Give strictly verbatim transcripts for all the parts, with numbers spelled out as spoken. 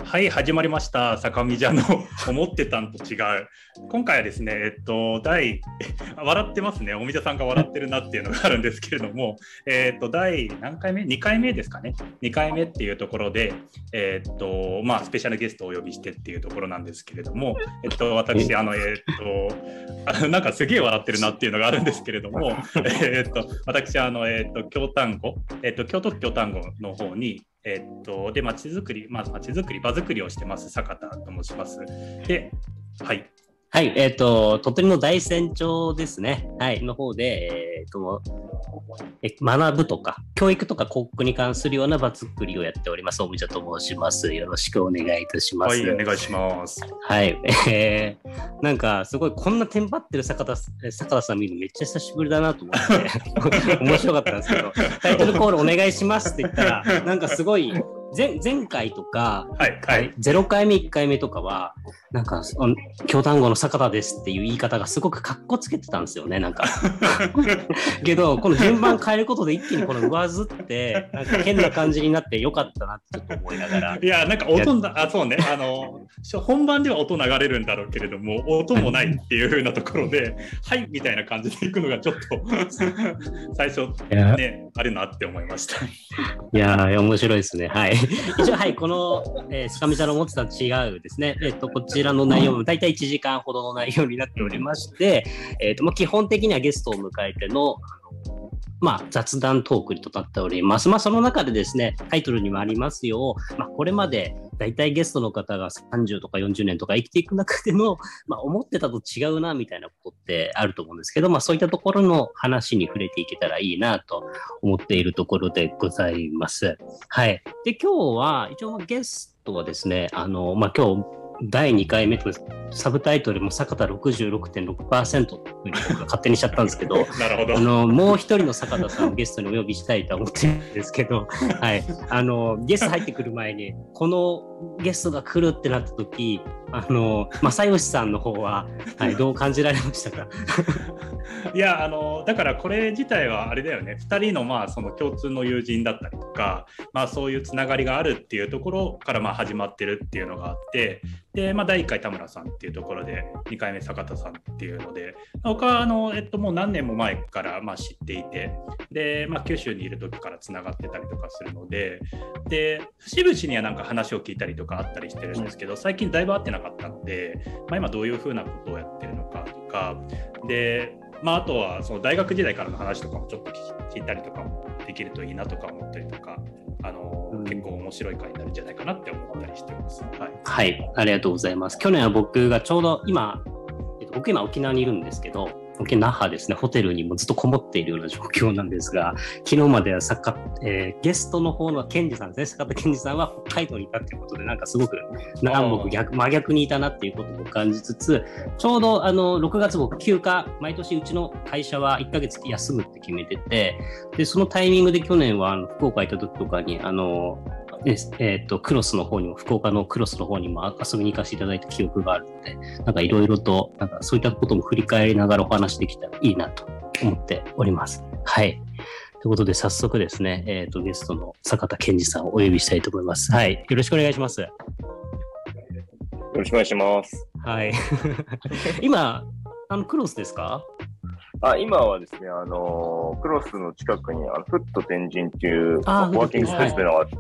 はい、始まりました。坂見じゃの思ってたんと違う。今回はですね、えっと、第、笑ってますね。おみじゃさんが笑ってるなっていうのがあるんですけれども、えっと、第何回目 ?に 回目ですかね。にかいめっていうところで、えっと、まあ、スペシャルゲストをお呼びしてっていうところなんですけれども、えっと、私、あの、えっと、あのなんかすげえ笑ってるなっていうのがあるんですけれども、えっと、私、あの、えっと、京丹後、えっと、京都府京丹後の方に、えっと、で、まちづくり、まあ、まちづくり、場づくりをしてます、坂田と申します。で、はい。 はい、えっと、鳥取の大山町ですね。はい、の方で、えっと、え学ぶとか、教育とか広告に関するような場づくりをやっております。おみじゃと申します。よろしくお願いいたします。 はい、お願いします。 はい、えー、なんか、すごい、こんなテンパってる坂田、坂田さん見るのめっちゃ久しぶりだなと思って、面白かったんですけど、タイトルコールお願いしますって言ったら、なんかすごい、前, 前回とか、 はいはい、 ゼロかいめいっかいめとかはなんか京丹後の坂田ですっていう言い方がすごくカッコつけてたんですよね。なんかけどこの順番変えることで一気にこの上ずってなんか変な感じになってよかったなってちょっと思いながらいやなんか音だあそうねあの本番では音流れるんだろうけれども音もないっていう風なところではいみたいな感じでいくのがちょっと最初ねあれなって思いました。 いやー面白いですね。はい一応はいこの、えー、坂見ちゃんの思ってたの違うですね、えー、とこちらの内容も大体いちじかんほどの内容になっておりまして、えーとまあ、基本的にはゲストを迎えてのまあ、雑談トークにとなっております。まあ、その中でですね、タイトルにもありますよう、まあ、これまで大体ゲストの方がさんじゅうとかよんじゅうねんとか生きていく中での、まあ、思ってたと違うなみたいなことってあると思うんですけど、まあ、そういったところの話に触れていけたらいいなと思っているところでございます。はい。で、今日は一応ゲストはですね、あの、まあ、今日だいにかいめとサブタイトルも坂田 ろくじゅうろくてんろくパーセント というふうに僕が勝手にしちゃったんですけどなるほどあのもう一人の坂田さんをゲストにお呼びしたいと思ってるんですけど、はい、あのゲスト入ってくる前にこのゲストが来るってなった時あの正義さんの方は、はい、どう感じられましたか？ いやあのだからこれ自体はあれだよね、ふたりのまあその共通の友人だったりとか、まあ、そういうつながりがあるっていうところからまあ始まってるっていうのがあって、で、まあ、だいいっかい田村さんっていうところでにかいめ坂田さんっていうので、他はあの、えっと、もう何年も前からまあ知っていて、で、まあ、九州にいる時からつながってたりとかするので、で節々にはなんか話を聞いたりとかあったりしてるんですけど、最近だいぶ会ってなかったので、まあ、今どういうふうなことをやってるのかとかで、まあ、あとはその大学時代からの話とかもちょっと聞いたりとかもできるといいなとか思ったりとか、あの、うん、結構面白い回になるんじゃないかなって思ったりしてます。はい、 はい、ありがとうございます。去年は僕がちょうど今、えっと、僕今沖縄にいるんですけど、沖縄那覇ですね、ホテルにもずっとこもっているような状況なんですが、昨日までは坂、えー、ゲストの方の健二さんですね、坂田健二さんは北海道にいたということで、なんかすごく南北逆真逆にいたなっていうことを感じつつ、ちょうどあのろくがつ僕休暇、毎年うちの会社はいっかげつ休むって決めてて、でそのタイミングで去年はあの福岡行った時とかにあのえー、とクロスの方にも福岡のクロスの方にも遊びに行かせていただいた記憶があるので、なんかいろいろとなんかそういったことも振り返りながらお話できたらいいなと思っております。はい。ということで早速ですね、えー、とゲストの坂田健二さんをお呼びしたいと思います。はい。よろしくお願いします。よろしくお願いします。 はい。今あのクロスですか？ あ、今はですね、あのクロスの近くにあのフット天神っていうワーキングスペースというのがあって、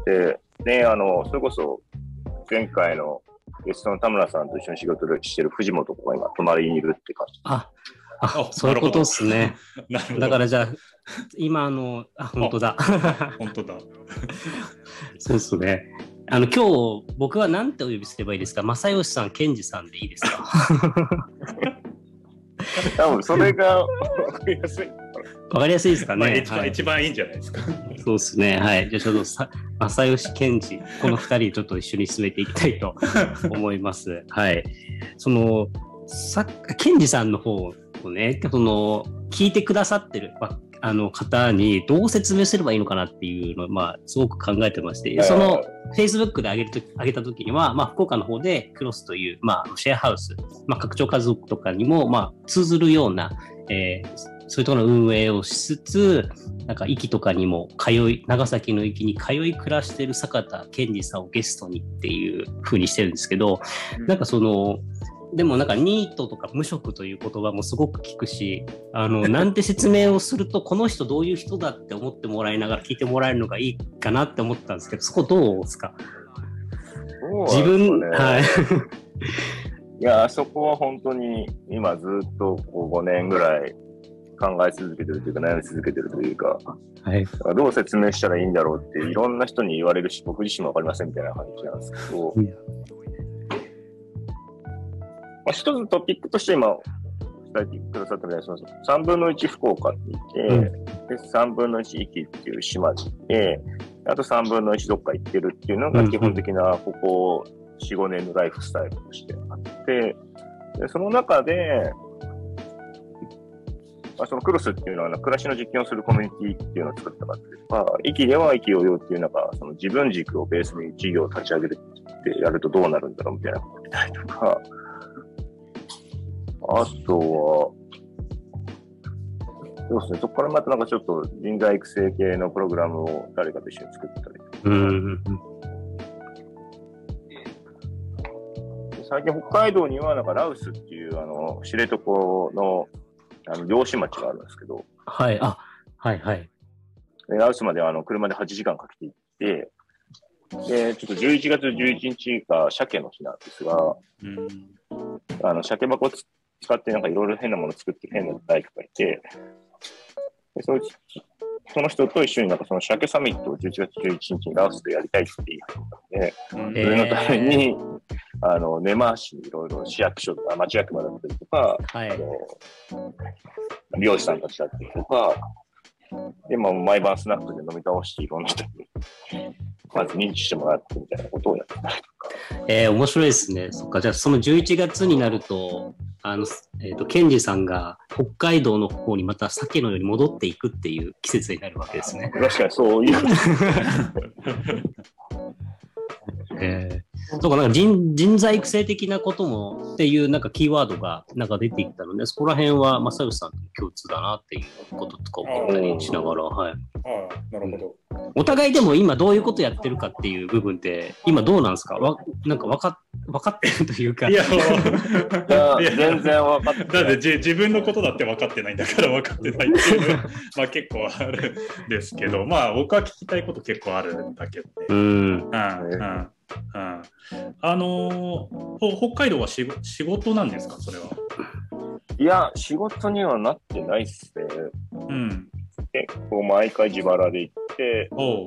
で、あのそれこそ前回のゲストの田村さんと一緒に仕事してる藤本が今隣にいるって感じ。 あ、あ、そういうことですね。だからじゃあ今あのあ本当だ本当だ。 そうですね。あの今日僕は何てお呼びすればいいですか？正義さん、健二さんでいいですか？ 多分それが分かりやすい。 分かりやすいですかね。まあ、 一番、はい、一番いいんじゃないですか。 そうですね。はい。じゃあちょっとさ正義健二このふたりちょっと一緒に進めていきたいと思います。はい。そのさ健二さんの方をね、その聞いてくださってるあの方にどう説明すればいいのかなっていうのを、まあ、すごく考えてまして、その Facebook で上げると上げた時には、まあ、福岡の方でクロスという、まあ、シェアハウス、まあ、拡張家族とかにも、まあ、通ずるような、えー、 そういうところの運営をしつつ、なんか壱岐とかにも通い、長崎の壱岐に通い暮らしてる坂田健二さんをゲストにっていう風にしてるんですけど、うん、なんかその、でもなんかニートとか無職という言葉もすごく聞くし、あの、なんて説明をすると、この人どういう人だって思ってもらいながら聞いてもらえるのがいいかなって思ったんですけど、そこどうですか？自分、はい。 いや、あそこは本当に今ずっとこうごねんぐらい考え続けてるというか悩み続けてるというか、はい、どう説明したらいいんだろうっていろんな人に言われるし、僕自身もわかりませんみたいな感じなんですけど、うん、まあ、一つトピックとして今伝えてくださったみたいに、さんぶんのいち福岡って言って、うん、でさんぶんのいち壱岐っていう島に行って、あとさんぶんのいちどっか行ってるっていうのが基本的なここよん、ごねんのライフスタイルとしてあって、でその中で、まあ、そのクロスっていうのは暮らしの実験をするコミュニティっていうのを作ったかっていうか、壱岐では壱岐をようっていうなんか、その自分軸をベースに事業を立ち上げるってやるとどうなるんだろうみたいなことみたいとか、あとは、そうですね、そこからまたなんかちょっと人材育成系のプログラムを誰かと一緒に作ったりとか。うん最近北海道にはなんかラウスっていうあの知床のあの漁師町があるんですけど、 はい、あ、はいはい。 ラウスまであの車ではちじかんかけて行って、で、ちょっとじゅういちがつじゅういちにちが鮭の日なんですが、うん、あの鮭箱を使ってなんかいろいろ変なものを作ってる変な大工がいて、でそのその人と一緒になんかその鮭サミットをじゅういちがつじゅういちにちにラオスでやりたいって言い始めたので、それのために、あの、根回しにいろいろ市役所とか町役場だったりとか、はい、あの漁師さんたちだったりとか、で、まあ、毎晩スナックで飲み倒していろんな人に、まず認知してもらってみたいなことをやってたりとか。 えー、面白いですね。そっか、じゃあそのじゅういちがつになると、あの、えっと、ケンジさんが北海道の方にまた鮭のように戻っていくっていう季節になるわけですね。 確かにそういう。 えー、そうか、なんか 人, 人材育成的なこともっていうなんかキーワードがなんか出てきたので、そこら辺は正義さんと共通だなっていうこととか思ったりしながら、はい。ああ、なるほど。 お互いでも今どういうことやってるかっていう部分って今どうなんですか？わなんか分か分かってるというか。 いや、 いや全然分かってない。 だってじ自分のことだって分かってないんだから分かってないっていうのはまあ結構あるんですけど、まあ僕は聞きたいこと結構あるんだけどね。うん。うんうんうん、あのー、北海道はし仕事なんですか、それは。 いや、仕事にはなってないっすね。うん。結構毎回自腹で行って、おう、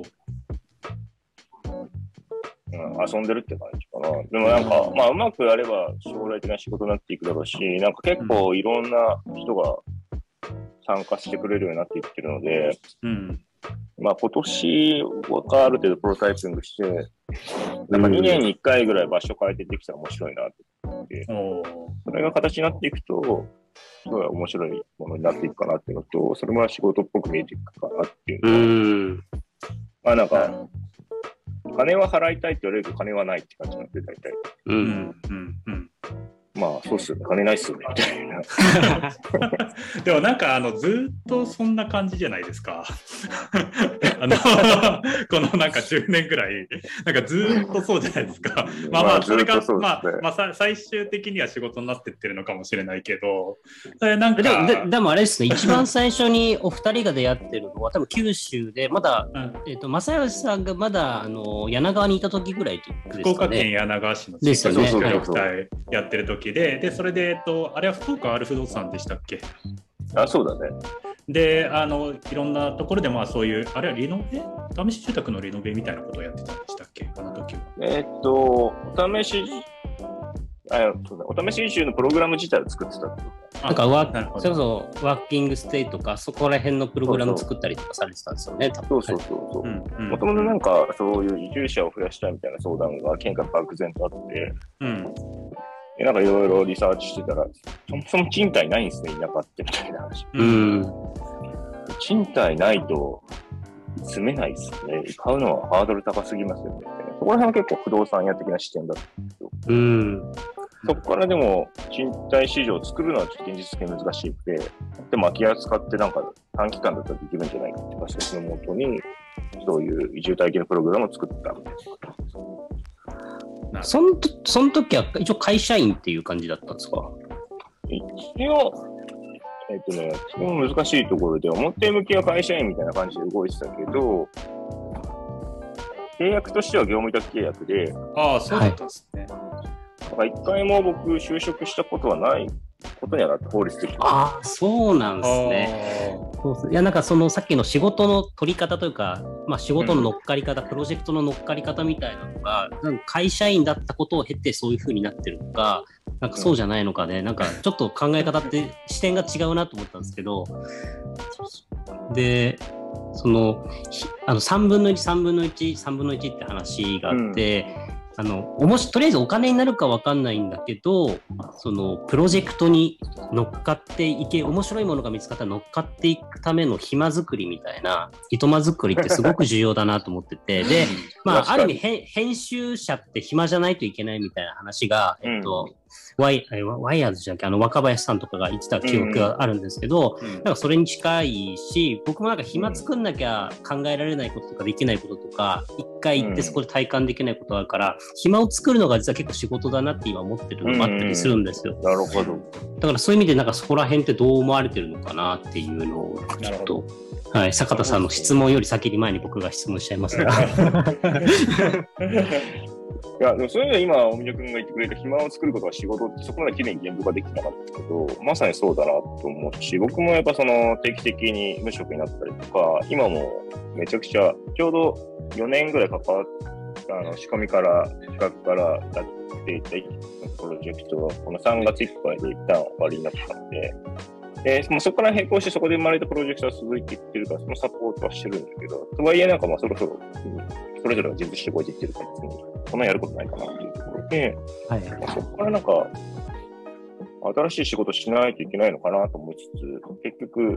うん、遊んでるって感じかな。でもなんか、まあうまくやれば将来的な仕事になっていくだろうし、なんか結構いろんな人が参加してくれるようになっていってるので、うん、まあ今年はある程度プロタイピングして、なんかにねんにいっかいぐらい場所変えてできたら面白いなって思って、それが形になっていくと、すごい面白いものになっていくかなっていうのと、それも仕事っぽく見えていくかなっていうのは、まあなんか、金は払いたいって言われると金はないって感じになって大体。うんうんうん。まあそうっすよね、金ないっすよねみたいな。 でもなんかあのずっとそんな感じじゃないですか。あのこのなんかじゅうねんぐらいなんかずっとそうじゃないですか。まあまあそれが、ね、まあまあ最終的には仕事になってってるのかもしれないけど、それなんかで, で, でもあれですね、一番最初にお二人が出会ってるのは多分九州でまだ、うん、えっと正義さんがまだあの柳川にいた時ぐらいですかね。 福岡県柳川市の地域協力隊やってる時で、でそれでえっとあれは福岡アルフドさんでしたっけ？ あ、そうだね。 で、あのいろんなところでまあそういうあれはリノベ、試し住宅のリノベみたいなことをやってたんでしたっけ？あの時は。 えー、っとお試しあそうだお試し移住のプログラム自体を作ってたってこと。 なんかワーそれこそワーキングステイとかそこら辺のプログラム作ったりとかされてたんですよね。 そうそうそうそう。もともとなんかそういう移住者を増やしたいみたいな相談が県から漠然とあって。うん。でなんかいろいろリサーチしてたら、そもそも賃貸ないんですね、田舎ってみたいな話。うん。賃貸ないと住めないですね。買うのはハードル高すぎますよね。そこら辺は結構不動産屋的な視点だったんですよ。うん。 そこからでも賃貸市場を作るのはちょっと現実的に難しいので、でも空き家使ってなんか短期間だったらできるんじゃないかっていう仮説のもとに、そういう移住体験のプログラムを作ったみたいな。そのその時は一応会社員っていう感じだったんですか？ 一応、えっとね、それも難しいところで、表向きは会社員みたいな感じで動いてたけど、契約としては業務委託契約で、 ああ、そうだったんですね。 だから一回も僕、就職したことはないことにはなって法律的に。 ああ、そうなんですね。そうです。いや、なんかそのさっきの仕事の取り方というか、まあ仕事の乗っかり方、うん、プロジェクトの乗っかり方みたいなのが、なんか会社員だったことを経てそういう風になってるのか、なんかそうじゃないのかで、うん、なんかちょっと考え方って視点が違うなと思ったんですけど、で、その、あのさんぶんのいち、さんぶんのいち、さんぶんのいちって話があって、うん、あのおもしとりあえずお金になるか分かんないんだけど、そのプロジェクトに乗っかっていけ、面白いものが見つかったら乗っかっていくための暇作りみたいな、糸間作りってすごく重要だなと思ってて、で、まあ、ある意味編集者って暇じゃないといけないみたいな話が、えっと、ワイ、ワイヤーズじゃなくて、あの、若林さんとかが言ってた記憶があるんですけど、うんうん、なんかそれに近いし、僕もなんか暇作んなきゃ考えられないこととかできないこととか、一回行ってそこで体感できないことがあるから、暇を作るのが実は結構仕事だなって今思ってるのがあったりするんですよ。 うんうん、なるほど。 だからそういう意味でなんかそこら辺ってどう思われてるのかなっていうのをちょっと、はい、坂田さんの質問より先に前に僕が質問しちゃいますが。 いや、でもそういうのは今、大宮君が言ってくれた暇を作ることは仕事ってそこまで綺麗に言語ができなかったけど、まさにそうだなと思うし、僕もやっぱその定期的に無職になったりとか、今もめちゃくちゃ、ちょうどよねんぐらい関わった、あの、仕込みから、企画からやっていたプロジェクトが、このさんがついっぱいで一旦終わりになったので、で、そこから並行してそこで生まれたプロジェクトは続いていってるから、そのサポートはしてるんだけど、とはいえなんかまあそろそろ、それぞれが自立して動いていってるから別に、そんなやることないかなっていうところで、はい、そこからなんか、新しい仕事しないといけないのかなと思いつつ、結局、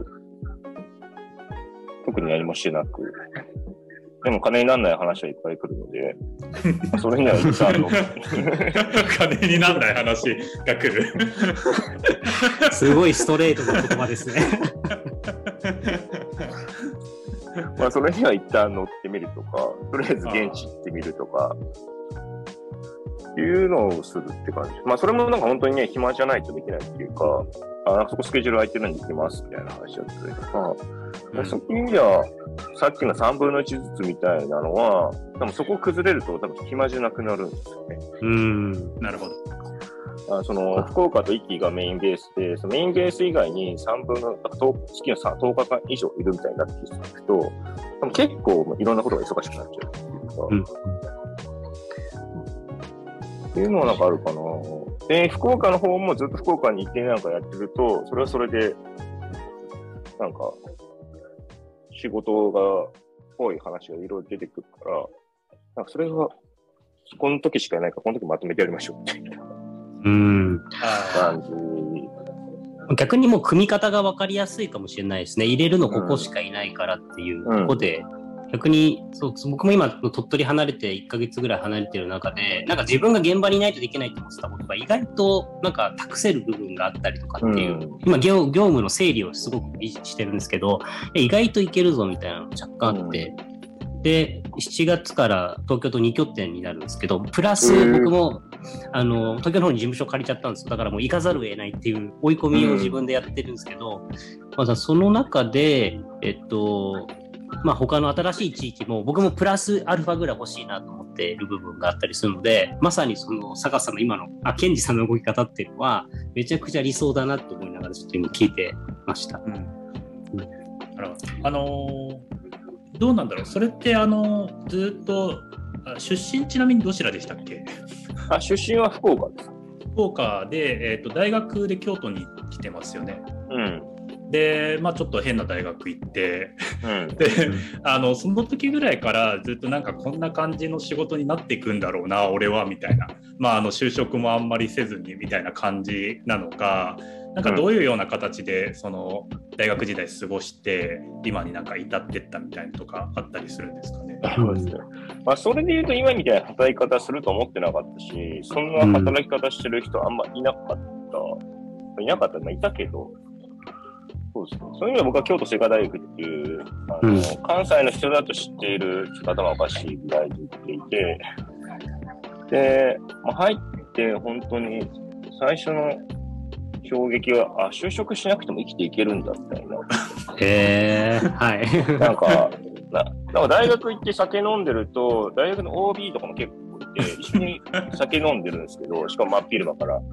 特に何もしてなく、でも金にならない話はいっぱい来るので、それには一旦の金にならない話が来る。 すごいストレートな言葉ですね。 まあそれには一旦乗ってみるとか、とりあえず現地行ってみるとか、いうのをするって感じ。まあそれもなんか本当にね、暇じゃないとできないっていうか、あ、そこスケジュール空いてるんで行きますみたいな話だったりとか、うん、そういう意味では、さっきのさんぶんのいちずつみたいなのは、多分そこ崩れると多分暇じゃなくなるんですよね。 うーん、なるほど。 あその福岡と壱岐がメインベースで、そのメインベース以外にさんぶんの月のとおかかん以上いるみたいになってきていくと、多分結構いろんなことが忙しくなっちゃうっていうか、うん、っていうのはなんかあるかな。で、福岡の方もずっと福岡に行ってなんかやってると、それはそれで、なんか、仕事が多い話がいろいろ出てくるから、なんかそれは、この時しかいないから、この時まとめてやりましょうみたいな。 うん。 感じ。 逆にもう組み方が分かりやすいかもしれないですね。入れるのここしかいないからっていうとこで、うん、逆にそう僕も今鳥取離れていっかげつぐらい離れてる中で、なんか自分が現場にいないとできないと思ってたことが意外となんか託せる部分があったりとかっていう、うん、今業、業務の整理をすごく維持してるんですけど、意外といけるぞみたいなのが若干あって、うん、でしちがつから東京とに拠点になるんですけど、プラス僕もあの東京の方に事務所借りちゃったんですよ。だからもう行かざるを得ないっていう追い込みを自分でやってるんですけど、うん、またその中でえっとまあ他の新しい地域も僕もプラスアルファぐらい欲しいなと思っている部分があったりするので、まさにその坂さんの今のあケンジさんの動き方っていうのはめちゃくちゃ理想だなと思いながらちょっと今聞いてました。うんうん、 あのー、どうなんだろう。それってあのずっと出身ちなみにどちらでしたっけ？ あ、出身は福岡です。 福岡で、えーと、大学で京都に来てますよね。 うん。 で、まあちょっと変な大学行って、 うん、 で、あのその時ぐらいからずっとなんかこんな感じの仕事になっていくんだろうな、俺はみたいな、まああの就職もあんまりせずにみたいな感じなのか、 なんかどういうような形でその大学時代過ごして今になんか至ってったみたいなとかあったりするんですかね。 そうですね。まあそれで言うと今みたいな働き方すると思ってなかったし、そんな働き方してる人あんまいなかった。いなかった、まあいたけど、そうですね。そういう意味では僕は京都精華大学っていう、あの、うん、関西の人だと知っている頭おかしいぐらいに行っていて、で、まあ、入って本当に最初の衝撃は、あ、就職しなくても生きていけるんだみたいな。 へー、はい。 なんか、ななんか大学行って酒飲んでると、大学の オービー とかも結構いて、一緒に酒飲んでるんですけど、しかも真っ昼間から。うん、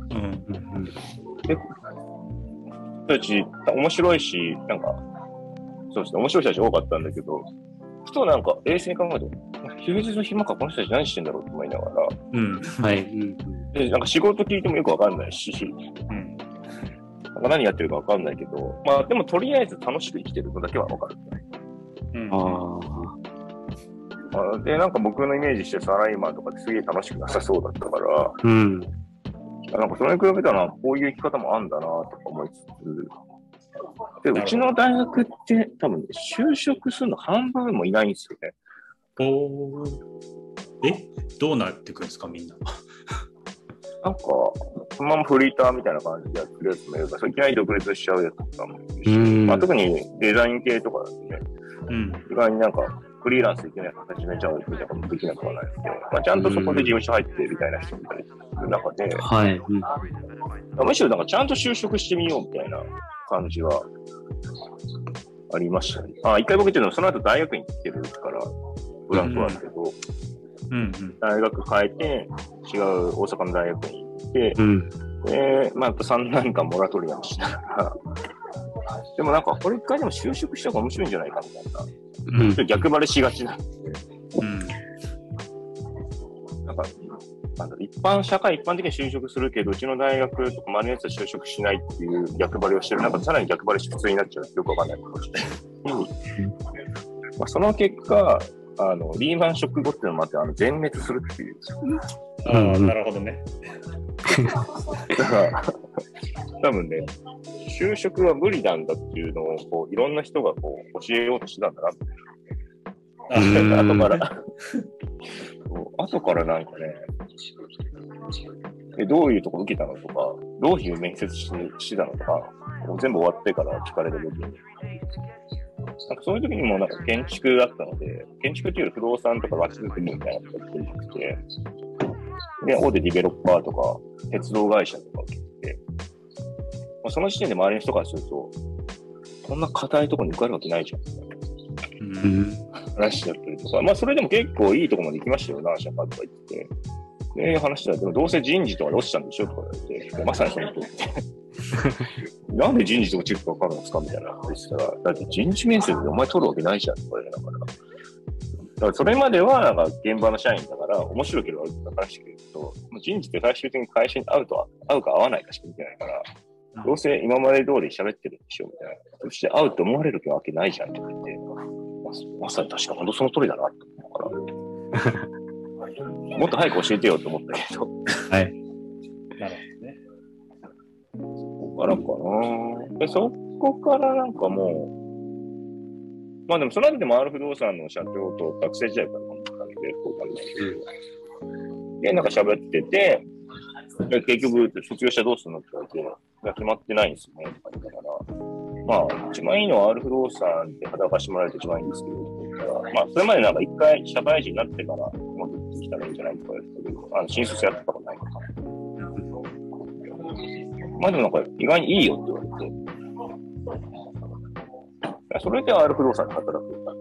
で人たち面白いし、なんか、そうですね、面白い人たち多かったんだけど、ふとなんか冷静に考えて、休日の暇かこの人たち何してんだろうって思いながら、 うん、はい。 で、なんか仕事聞いてもよくわかんないし、うん、なんか何やってるかわかんないけど、まあでもとりあえず楽しく生きてるのだけはわかる。うん、ああ。で、なんか僕のイメージしてサラリーマンとかってすげえ楽しくなさそうだったから、うん。なんかそれに比べたらこういう生き方もあるんだなとか思いつつ、で、うちの大学って多分ね、就職するの半分もいないんですよね。 おー。えどうなってくるんですか、みんな。 なんか、そのままフリーターみたいな感じでやってるやつもいるから、いきなり独立しちゃうやつとかもいるし、まあ、特にデザイン系とかだとね、うん、意外になんかフリーランスいきなり始めちゃうみたいなこともできなくはないので、まあ、ちゃんとそこで事務所入ってみたいな人もいたりする中で、はい、うん、むしろなんかちゃんと就職してみようみたいな感じはありましたね。あ、一回僕言ってるのはその後大学院行ってるからブランクはあるけど、うんうん、大学変えて違う大阪の大学に行って、うん、で、まあさんねんかんモラトリアムしながら、でもなんかこれ一回でも就職した方が面白いんじゃないかみたいな、うん、逆張れしがちなんで、うん、なんかなんだ一般社会一般的に就職するけど、うちの大学とか周りのやつは就職しないっていう逆張りをしてる中で、さらに逆張りし普通になっちゃうとよくわかんないことをして、うんまあ、その結果あのリーマンショック後っていうのもあって、あの全滅するっていう。 ああ、なるほどね。 だから多分ね、就職は無理なんだっていうのをこういろんな人がこう教えようとしてたんだなって。後から後からなんかね、えどういうとこ受けたのとか、どういう面接ししてたのとか、もう全部終わってから聞かれた時に、なんかそういう時にもなんか建築だったので、建築っていうより不動産とか街づくりみたいなことが出てきて、で、大手ディベロッパーとか、鉄道会社とかを聞いて、まあ、その時点で周りの人からすると、こんな硬いところに受かるわけないじゃん。うん。話だったりとか、まあそれでも結構いいところまで行きましたよ、何社かとか言って。で、話したら、でもどうせ人事とかで落ちたんでしょとか言って、まさにその人言って。なんで人事とかチェックわかるんですかみたいな話したら、だって人事面接でお前取るわけないじゃんとか言いながら。だからそれまではなんか現場の社員だから面白ければ話してくれると、人事って最終的に会社に会うと会うか会わないかしか見てないから、どうせ今まで通り喋ってるんでしょみたいな。そして会うと思われるわけないじゃんって言って、まさに確か本当その通りだなって思うから。もっと早く教えてよって思ったけど。はい。なるほどね。そこからかな。で、そこからなんかもう、まあでもその後でも R 不動産の社長と学生時代から飲んだので、こうなんですけど。で、なんか喋ってて、結局、卒業したらどうするのって言われて、いや、決まってないんですよね。だから、まあ、一番いいのは R 不動産で働かしてもらえると一番いいんですけど、まあ、それまでなんか一回社会人になってから戻ってきたらいいんじゃないとか言ってたけど、あの、新卒やったことないのか。まあでもなんか意外にいいよって言われて、それで R 不動産で働くようになった。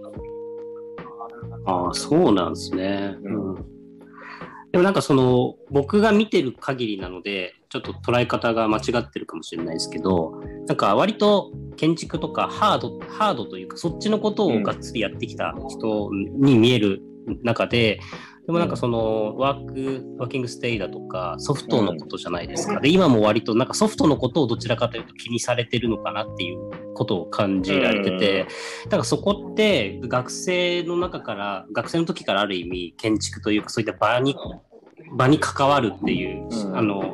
ああ、そうなんですね。うん。でもなんかその、僕が見てる限りなので、ちょっと捉え方が間違ってるかもしれないですけど、なんか割と建築とかハード、ハードというか、そっちのことをがっつりやってきた人に見える中で、でもなんかそのワーク、ワーキングステイだとかソフトのことじゃないですか。で、今も割となんかソフトのことをどちらかというと気にされてるのかなっていうことを感じられてて、だからそこって学生の中から、学生の時からある意味建築というかそういった場に、場に関わるっていう、あの、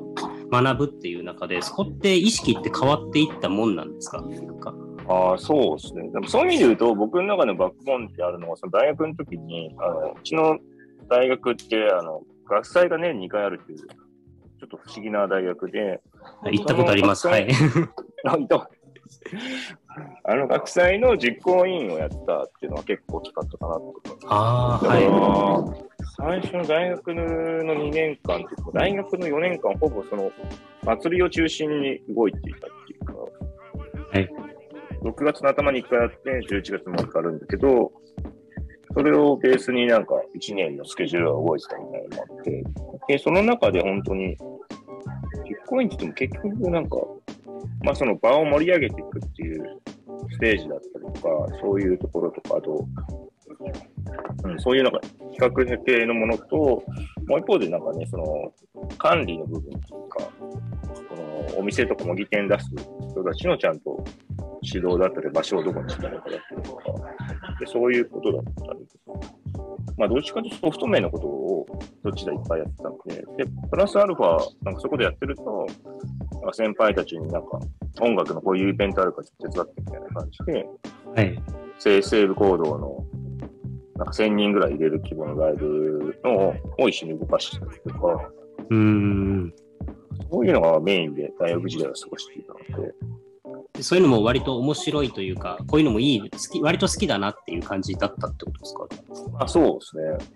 学ぶっていう中で、そこって意識って変わっていったもんなんですか？なんかああ、そうですね。でもそういう意味で言うと、僕の中のバックボーンってあるのは、その大学の時に、あの、うちの大学って、あの、学祭が年にかいあるっていう、ちょっと不思議な大学で。 行ったことあります。はい。 あ、行ったあの学祭の実行委員をやったっていうのは結構大きかったかなと思います。 ああ、はい。最初の大学のにねんかんというか、大学のよねんかんほぼその祭りを中心に動いていたっていうか、 はい。 ろくがつの頭にいっかいあって、じゅういちがつもいっかいあるんだけど、それをベースになんかいちねんのスケジュールが動いてたみたいなのがあって、で、その中で本当に、実行委員って言っても結局なんか、まあその場を盛り上げていくっていうステージだったりとか、そういうところとか、あと、うん、そういうなんか企画系のものと、もう一方でなんかね、その管理の部分というか、そのお店とか模擬店出す人たちのちゃんと指導だったり、場所をどこにしたのかだったりとか、でそういうことだったりとか、まあどっちかというとソフト面のことをどっちでいっぱいやってたので、で、プラスアルファ、なんかそこでやってると、なんか先輩たちになんか音楽のこういうイベントあるから手伝ってみたいな感じで、 はい。 西西部行動のなんかせんにんぐらい入れる規模のライブのを一緒に動かしたりとか、 うーん。 そういうのがメインで大学時代は過ごしていたので、 そういうのも割と面白いというか、こういうのもいい、好き、割と好きだなっていう感じだったってことですか？ あ、そうですね。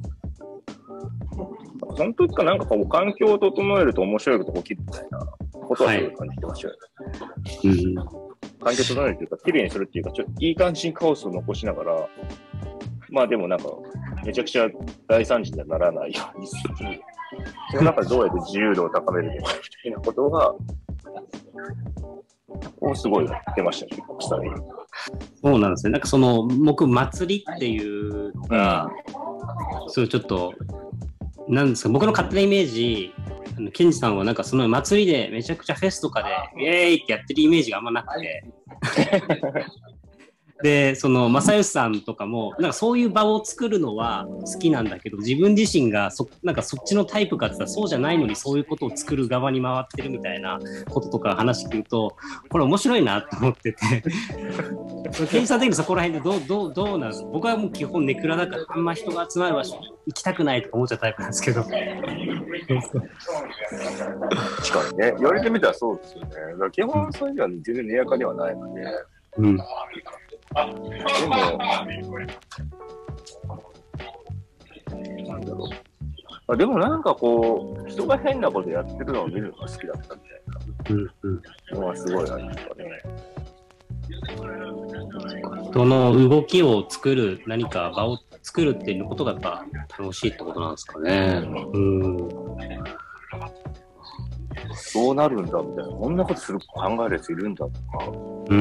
その時からなんかこう環境を整えると面白いことが起きるみたいなことはすごい感じてましたよね。 はい、うん、 環境を整えるというか、綺麗にするっていうか、ちょっといい感じにカオスを残しながら、まあでもなんか、めちゃくちゃ大惨事にはならないようにする。その中でどうやって自由度を高めるのかみたいなことが、をすごいやってましたね、国際。 そうなんですね。なんかその、僕、祭りっていうのが、そうちょっと、なんですか、僕の勝手なイメージ、あのケンジさんはなんかその祭りでめちゃくちゃフェスとかで、イエーイってやってるイメージがあんまなくて。で、その正義さんとかもなんかそういう場を作るのは好きなんだけど、自分自身がそなんかそっちのタイプかって言ったらそうじゃないのにそういうことを作る側に回ってるみたいなこととか話聞くと、これ面白いなと思ってて、ケンジさん的にそこら辺でどうどうどうなんですか？僕はもう基本ネクラだからあんま人が集まる場所行きたくないとか思っちゃうタイプなんですけど。 確かにね、言われてみたらそうですよね。だから基本そういうのは全然根やかではないので。 うん。 でも、なんだろう。あでもなんかこう、人が変なことやってるのを見るのが好きだったみたいなのはすごいありますかね。 その動きを作る、何か場を作るっていうことがやっぱ楽しいってことなんですかね。うん。 そうなるんだみたいな、こんなことする考えるやついるんだとか。 うんうん。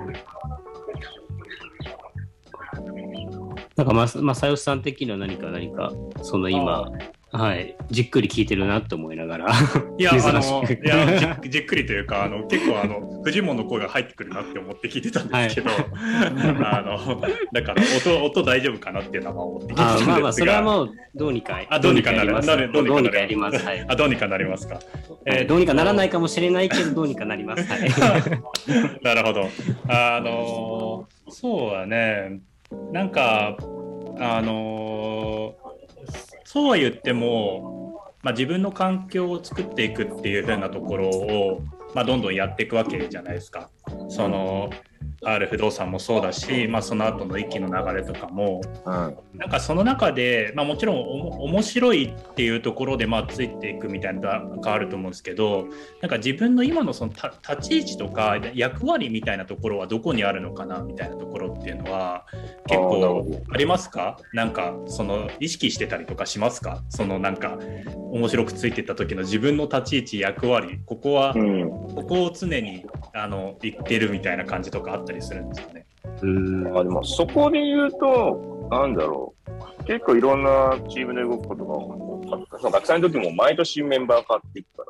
なんかま正義さん的には何か何かその今はいじっくり聞いてるなって思いながらいやあのいや じ, じっくりというかあの結構あのフジモンの声が入ってくるなって思って聞いてたんですけど、はい、あのだから 音, 音大丈夫かなっていうのは思って聞いてたんですが、 あまあまあそれはもうどうにかあどうにかなるどうにかやります。はい。 あどうにかなりますか。 えー、どうにかならないかもしれないけどどうにかなります。はい。 なるほど。あのそうだね。なんかあのそうは言っても、まあ、自分の環境を作っていくっていう風なところを、まあ、どんどんやっていくわけじゃないですか。その R 不動産もそうだし、まあ、その後の息の流れとかも、うん、なんかその中で、まあ、もちろんお面白いっていうところでまあついていくみたいなのがあると思うんですけど、なんか自分の今のその立ち位置とか役割みたいなところはどこにあるのかなみたいなところっていうのは結構ありますか？なんかその意識してたりとかしますか？そのなんか面白くついていった時の自分の立ち位置役割、ここは、うん、ここを常にあの言ってるみたいな感じとかあったりするんですかね。 うーん、あでもそこで言うとなんだろう、結構いろんなチームで動くことが多かった。学祭の時も毎年メンバー変わっていくから、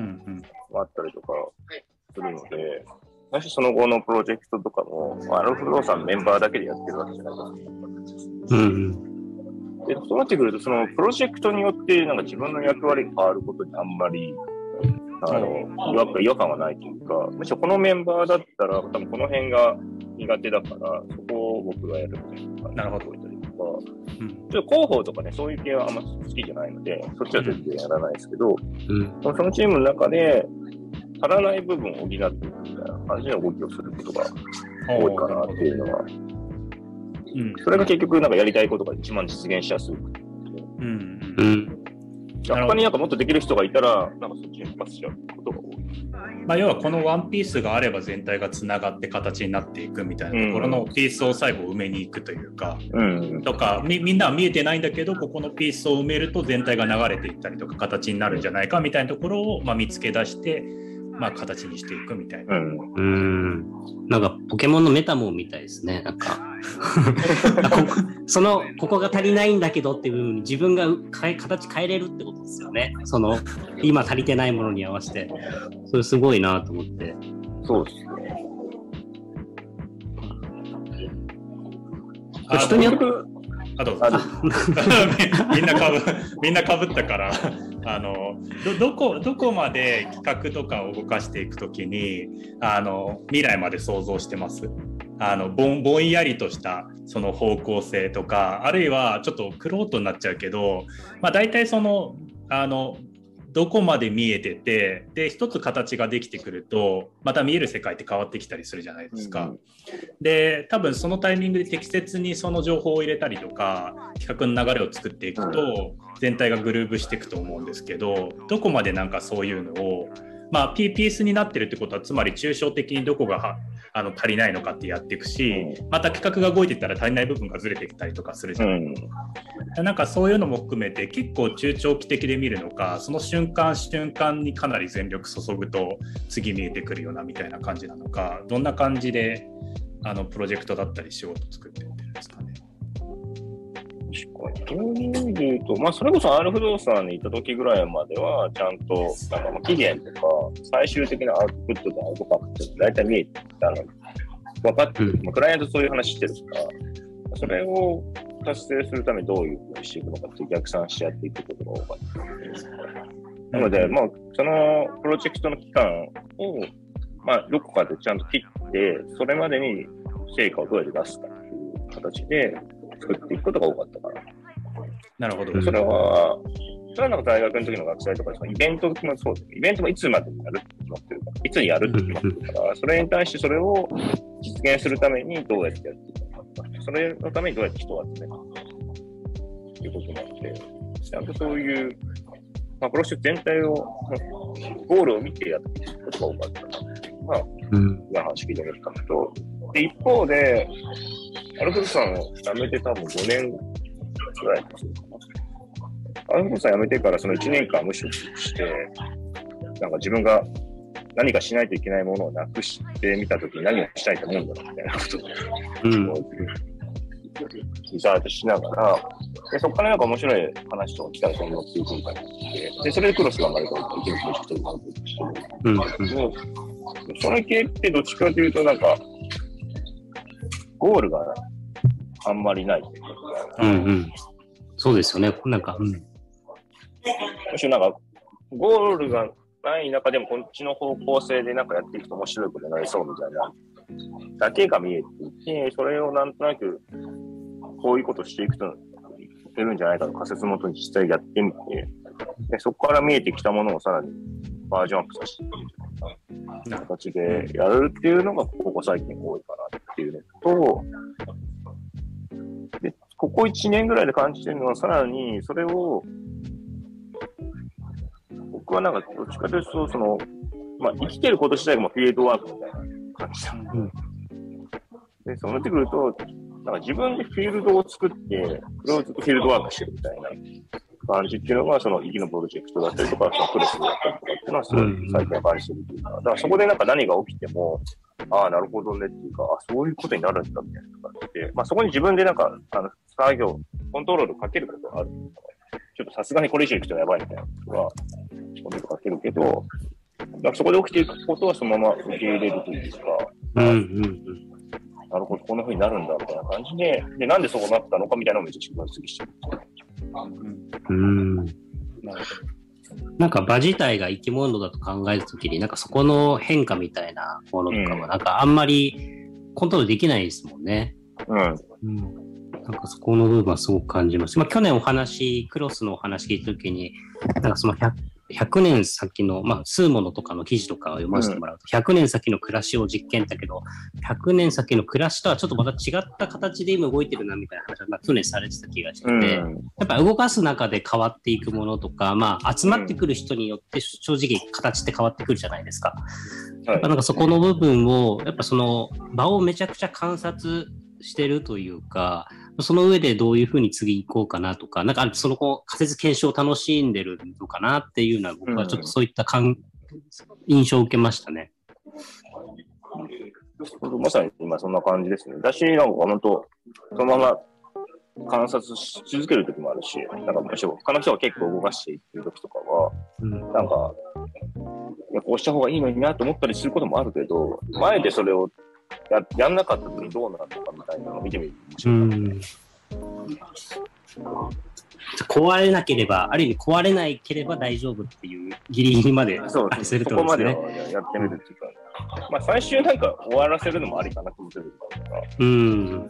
うんうん、あったりとかするので、最初その後のプロジェクトとかもアルフ不動産メンバーだけでやってるわけじゃないかな。うん、でそうなってくるとそのプロジェクトによってなんか自分の役割が変わることにあんまりあの、違和感違和感はないというか、むしろこのメンバーだったら、多分この辺が苦手だから、そこを僕がやるみたいな感じで置いたりとか、うん、ちょっと広報とかね、そういう系はあんま好きじゃないので、そっちは全然やらないですけど、うん、そのチームの中で、足らない部分を補っていくみたいな感じの動きをすることが多いかなっていうのは、うん、それが結局なんかやりたいことが一番実現しやすい。うん。うん。他になんかもっとできる人がいたら、なんかそっちにパスしちゃうことが多い。 まあ、要はこのワンピースがあれば全体がつながって形になっていくみたいなところのピースを最後埋めに行くというか、うん、とか み, みんなは見えてないんだけどここのピースを埋めると全体が流れていったりとか形になるんじゃないかみたいなところをまあ見つけ出して、まあ、形にしていくみたいな。うん、 うーんなんかポケモンのメタモンみたいですね。なんかそのここが足りないんだけどっていう部分に自分が変え形変えれるってことですよね。その今足りてないものに合わせて、それすごいなと思って。 そうですね。 人によってあどうぞみんなかぶみんなかぶったからあの ど, ど, こどこまで企画とかを動かしていくときにあの未来まで想像してます？あの ぼ, んぼんやりとしたその方向性とか、あるいはちょっとクロートになっちゃうけど、まあ、大体そのあのどこまで見えてて、で一つ形ができてくるとまた見える世界って変わってきたりするじゃないですか、うん、で多分そのタイミングで適切にその情報を入れたりとか企画の流れを作っていくと全体がグルーヴしていくと思うんですけど、どこまでなんかそういうのをまあ、ピーピーエス になってるってことはつまり抽象的にどこがあの足りないのかってやっていくし、また企画が動いていったら足りない部分がずれてきたりとかするじゃないですか、うん、なんかそういうのも含めて結構中長期的で見るのか、その瞬間瞬間にかなり全力注ぐと次見えてくるようなみたいな感じなのか、どんな感じであのプロジェクトだったり仕事作っていってるんですかね。 確かに。そういう意味で言うと、まあ、それこそ R 不動産にいた時ぐらいまでは、ちゃんと、なんか期限とか、最終的なアウトプットとアウトカットって大体見えてたのに、分かってる。まあ、クライアントそういう話してるから、それを達成するためにどういうふうにしていくのかって逆算してやっていくことが多かったです。なので、まあ、そのプロジェクトの期間を、まあ、どこかでちゃんと切って、それまでに成果をどうやって出すかっていう形で、作っていくことが多かったから。 なるほど。 それは、それはなんか大学の時の学生とか、そのイベントもそうです。イベントもいつまでにやるって決まってるから、いつにやるって決まってるから、それに対してそれを実現するためにどうやってやっていくのか、それのためにどうやって人を集めるのかっていうことなので、ちゃんとそういう、まあ、プロセス全体を、ゴールを見てやっていくことが多かったなっていうのが、今話聞いてみたのと、で、一方で、アルフルさんを辞めて多分ごねんぐらいですかな。アルフルさん辞めてからそのいちねんかん無職して、なんか自分が何かしないといけないものをなくしてみたときに何をしたいと思うんだろうみたいなことを、うん、リサーチしながら、でそこからなんか面白い話とか来たらその乗っていくみたいな感じで、で、それでクロスが生まれたりとか、いけるプロジェクトになっていくしてるんですけど、うん、その系ってどっちかというとなんか、ゴールがあんまりないっていうか、 うんうん、そうですよね。なんか、うん、むしろなんかゴールがない中でもこっちの方向性でなんかやっていくと面白いことになりそうみたいなだけが見えていて、それをなんとなくこういうことしていくといけるんじゃないかと仮説元に実際やってみて、でそこから見えてきたものをさらにバージョンアップさせていくみたいな形でやるっていうのがここ最近多いかなっていうのと、でここいちねんぐらいで感じてるのはさらにそれを僕はなんかどっちかというとその、まあ、生きてること自体がもうフィールドワークみたいな感じだ、うん、でそうなってくるとなんか自分でフィールドを作ってそれをずっとフィールドワークしてるみたいな感じっていうのがその意義のプロジェクトだったりとかそのプレスだったりとかっていうのはすごい最近は感じてるというか、だからそこでなんか何が起きてもああなるほどねっていうか、あそういうことになるんだみたいな感じで、まあそこに自分でなんかあの作業コントロールかけることがある。ちょっとさすがにこれ以上いくとやばいみたいなことはコントロールかけるけど、だからそこで起きていくことはそのまま受け入れるというか、うんうんうん、なるほどこんな風になるんだみたいな感じで、でなんでそうなったのかみたいなのをめっちゃ分析してる。うん、なるほど。 なんか場自体が生き物だと考えたときに、なんかそこの変化みたいなものとかは、なんかあんまりコントロールできないですもんね。 うん。 うん、なんかそこの部分はすごく感じます。まあ去年お話、クロスのお話聞いたときに、なんかその ひゃく, ひゃくねん先の、まあスーモノとかの記事とかを読ませてもらうと、ひゃくねん先の暮らしを実験だけど、ひゃくねん先の暮らしとはちょっとまた違った形で今動いてるなみたいな話が、まあ、去年されてた気がしてて、うん、やっぱ動かす中で変わっていくものとか、まあ集まってくる人によって正直形って変わってくるじゃないですか。やっぱなんかそこの部分を、やっぱその場をめちゃくちゃ観察してるというか、その上でどういうふうに次行こうかなとか、なんかその仮説検証を楽しんでるのかなっていうのは僕はちょっとそういった感、うん、印象を受けましたね。 まさに今そんな感じですね。だし、なんか本当、そのまま観察し続けるときもあるし、なんかむしろ他の人が結構動かしていってるときとかは、うん、なんか、いやこうした方がいいのになと思ったりすることもあるけど、前でそれをや, やんなかった時にどうなるのかみたいなのを見てみる。うん。 壊れなければ、ある意味壊れないければ大丈夫っていうギリギリまでそうですね。そこまではやってみるっていうか、まあ最終なんか終わらせるのもありかなと思ってるから。 うん。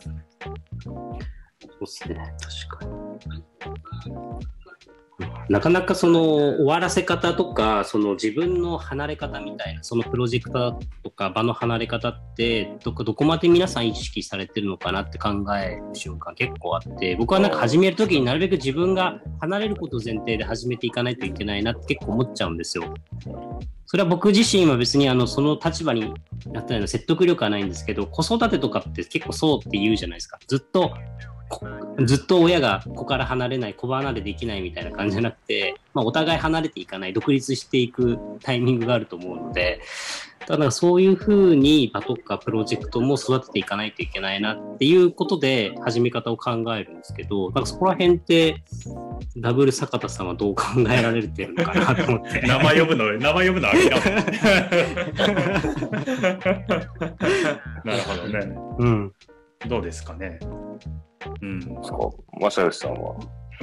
そうですね。確かに。なかなかその終わらせ方とか、その自分の離れ方みたいな、そのプロジェクターとか場の離れ方ってどこ、どこまで皆さん意識されてるのかなって考える瞬間結構あって、僕はなんか始めるときになるべく自分が離れることを前提で始めていかないといけないなって結構思っちゃうんですよ。それは僕自身は別にあのその立場になったような説得力はないんですけど、子育てとかって結構そうって言うじゃないですか。ずっとずっと親が子から離れない、子離れできないみたいな感じじゃなくて、まあ、お互い離れていかない、独立していくタイミングがあると思うので、ただそういうふうに場とかプロジェクトも育てていかないといけないなっていうことで始め方を考えるんですけど、なんかそこら辺ってダブル坂田さんはどう考えられてるのかなと思って名前呼ぶの名前呼ぶのありだなるほどね、うん、どうですかね。うん、 正義さんは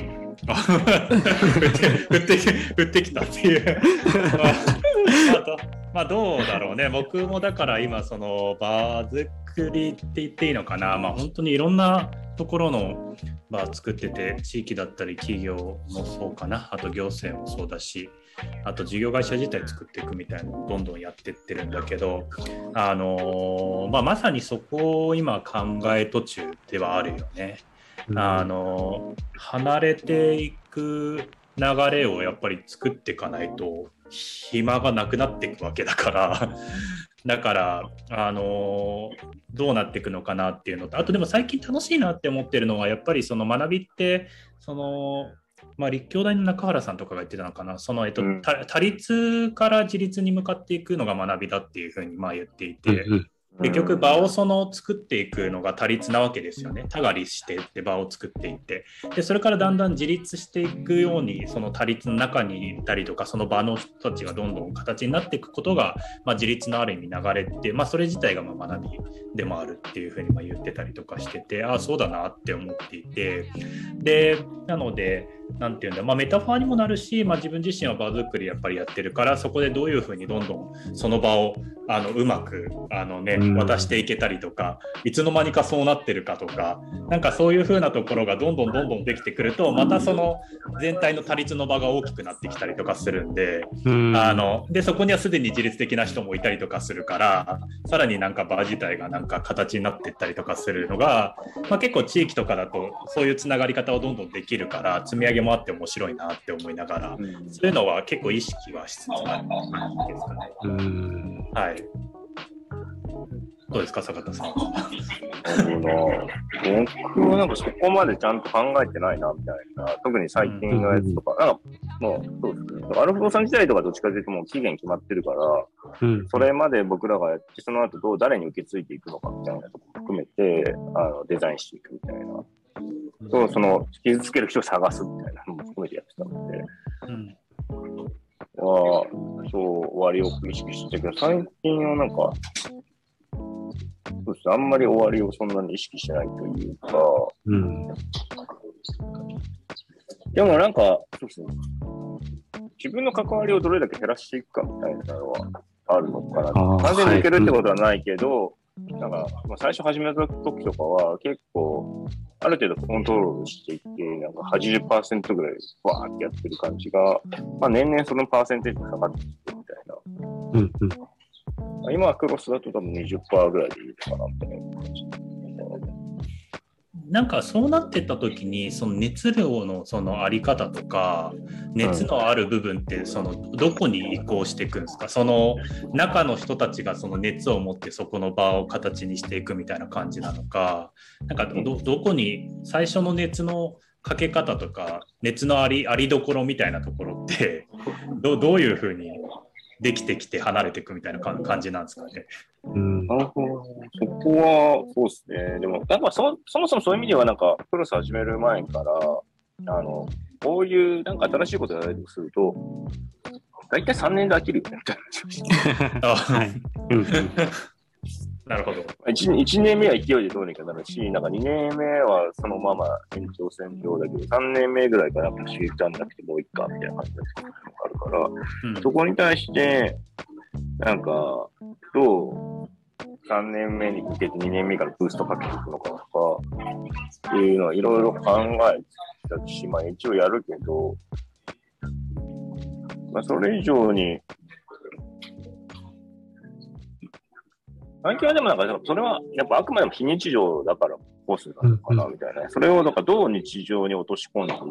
振って振って振ってきたっていうまあ、あとまあどうだろうね。僕もだから今その場作りって言っていいのかな、まあ本当にいろんなところの場作ってて、地域だったり企業もそうかな、あと行政もそうだし、あと事業会社自体作っていくみたいなのをどんどんやってってるんだけど、あのーまあ、まさにそこを今考え途中ではあるよね。うん、あのー、離れていく流れをやっぱり作っていかないと暇がなくなっていくわけだからだからあのー、どうなっていくのかなっていうのと、あとでも最近楽しいなって思ってるのはやっぱりその学びってそのまあ、立教大の中原さんとかが言ってたのかな、その、えっと、うん、多立から自立に向かっていくのが学びだっていうふうにまあ言っていて、うんうん、結局場をその作っていくのが多立なわけですよね。多が立してって場を作っていって、でそれからだんだん自立していくようにその多立の中にいたりとか、その場の人たちがどんどん形になっていくことが、まあ、自立のある意味流れって、まあ、それ自体がまあ学びでもあるっていうふうにまあ言ってたりとかしてて、ああそうだなって思っていて、でなのでなんていうんだ、まあ、メタファーにもなるし、まあ、自分自身は場作りやっぱりやってるから、そこでどういうふうにどんどんその場をあのうまくあの、ね、渡していけたりとか、いつの間にかそうなってるかとか、なんかそういうふうなところがどんどんどんどんできてくると、またその全体の多立の場が大きくなってきたりとかするんで、あのでそこにはすでに自立的な人もいたりとかするから、さらになんか場自体がなんか形になっていったりとかするのが、まあ、結構地域とかだとそういうつながり方をどんどんできるから、積み上げもあって面白いなって思いながら、うん、そういうのは結構意識はしつつある感じですかね。うん、はい。どうですか、坂田さん。 僕はなんかそこまでちゃんと考えてないなみたいな、特に最近のやつとか、うん、なんかもうそうですね。アルフォーさん時代とかどっちかというともう期限決まってるから、うん、それまで僕らがやって、その後どう誰に受け継いでいくのかみたいなところ含めてあのデザインしていくみたいな。そう、その傷つける人を探すみたいなのも含めてやってたので、うん、はそう終わりを意識してたけど、最近はなんかそうですね、あんまり終わりをそんなに意識しないというか、うん、でもなんかそうですね、 自分の関わりをどれだけ減らしていくかみたいなのはあるのかな。完全に抜けるってことはないけど、はい、なんか、まあ、最初始めた時とかは結構、ある程度コントロールしていって、なんか はちじゅっパーセント ぐらいわーってやってる感じが、まあ年々そのパーセンテージが下がってきてみたいな。 うんうん、 今はクロスだと多分 にじゅっパーセント ぐらいでいいのかなみたいな感じ。 なんかそうなってった時にその熱量のそのあり方とか熱のある部分ってそのどこに移行していくんですか？その中の人たちがその熱を持ってそこの場を形にしていくみたいな感じなのか、なんか ど, どこに最初の熱のかけ方とか熱のありありどころみたいなところって ど, どういうふうにできてきて離れていくみたいな感じなんですかね。 うん、 なるほど。そこは、そうですね。でも、なんかそ、そもそもそういう意味では、なんか、クロス始める前から、あの、こういう、なんか新しいことをやられるとすると、大体さんねんで飽きるよね、みたいな。 はい。なるほど。 1, 1年目は勢いでどうにかなるし、なんかにねんめはそのまま延長線上だけど、さんねんめぐらいから刺激足んなくてもういっか、みたいな感じがあるから、うん、そこに対して、なんか、どうさんねんめに向けてにねんめからブーストかけていくのかとか、っていうのはいろいろ考えてたし、まあ一応やるけど、まあそれ以上に、最近はでもなんか、それはやっぱあくまでも非日常だからコースなのかなみたいな、うんうん、それをなんかどう日常に落とし込んでいって、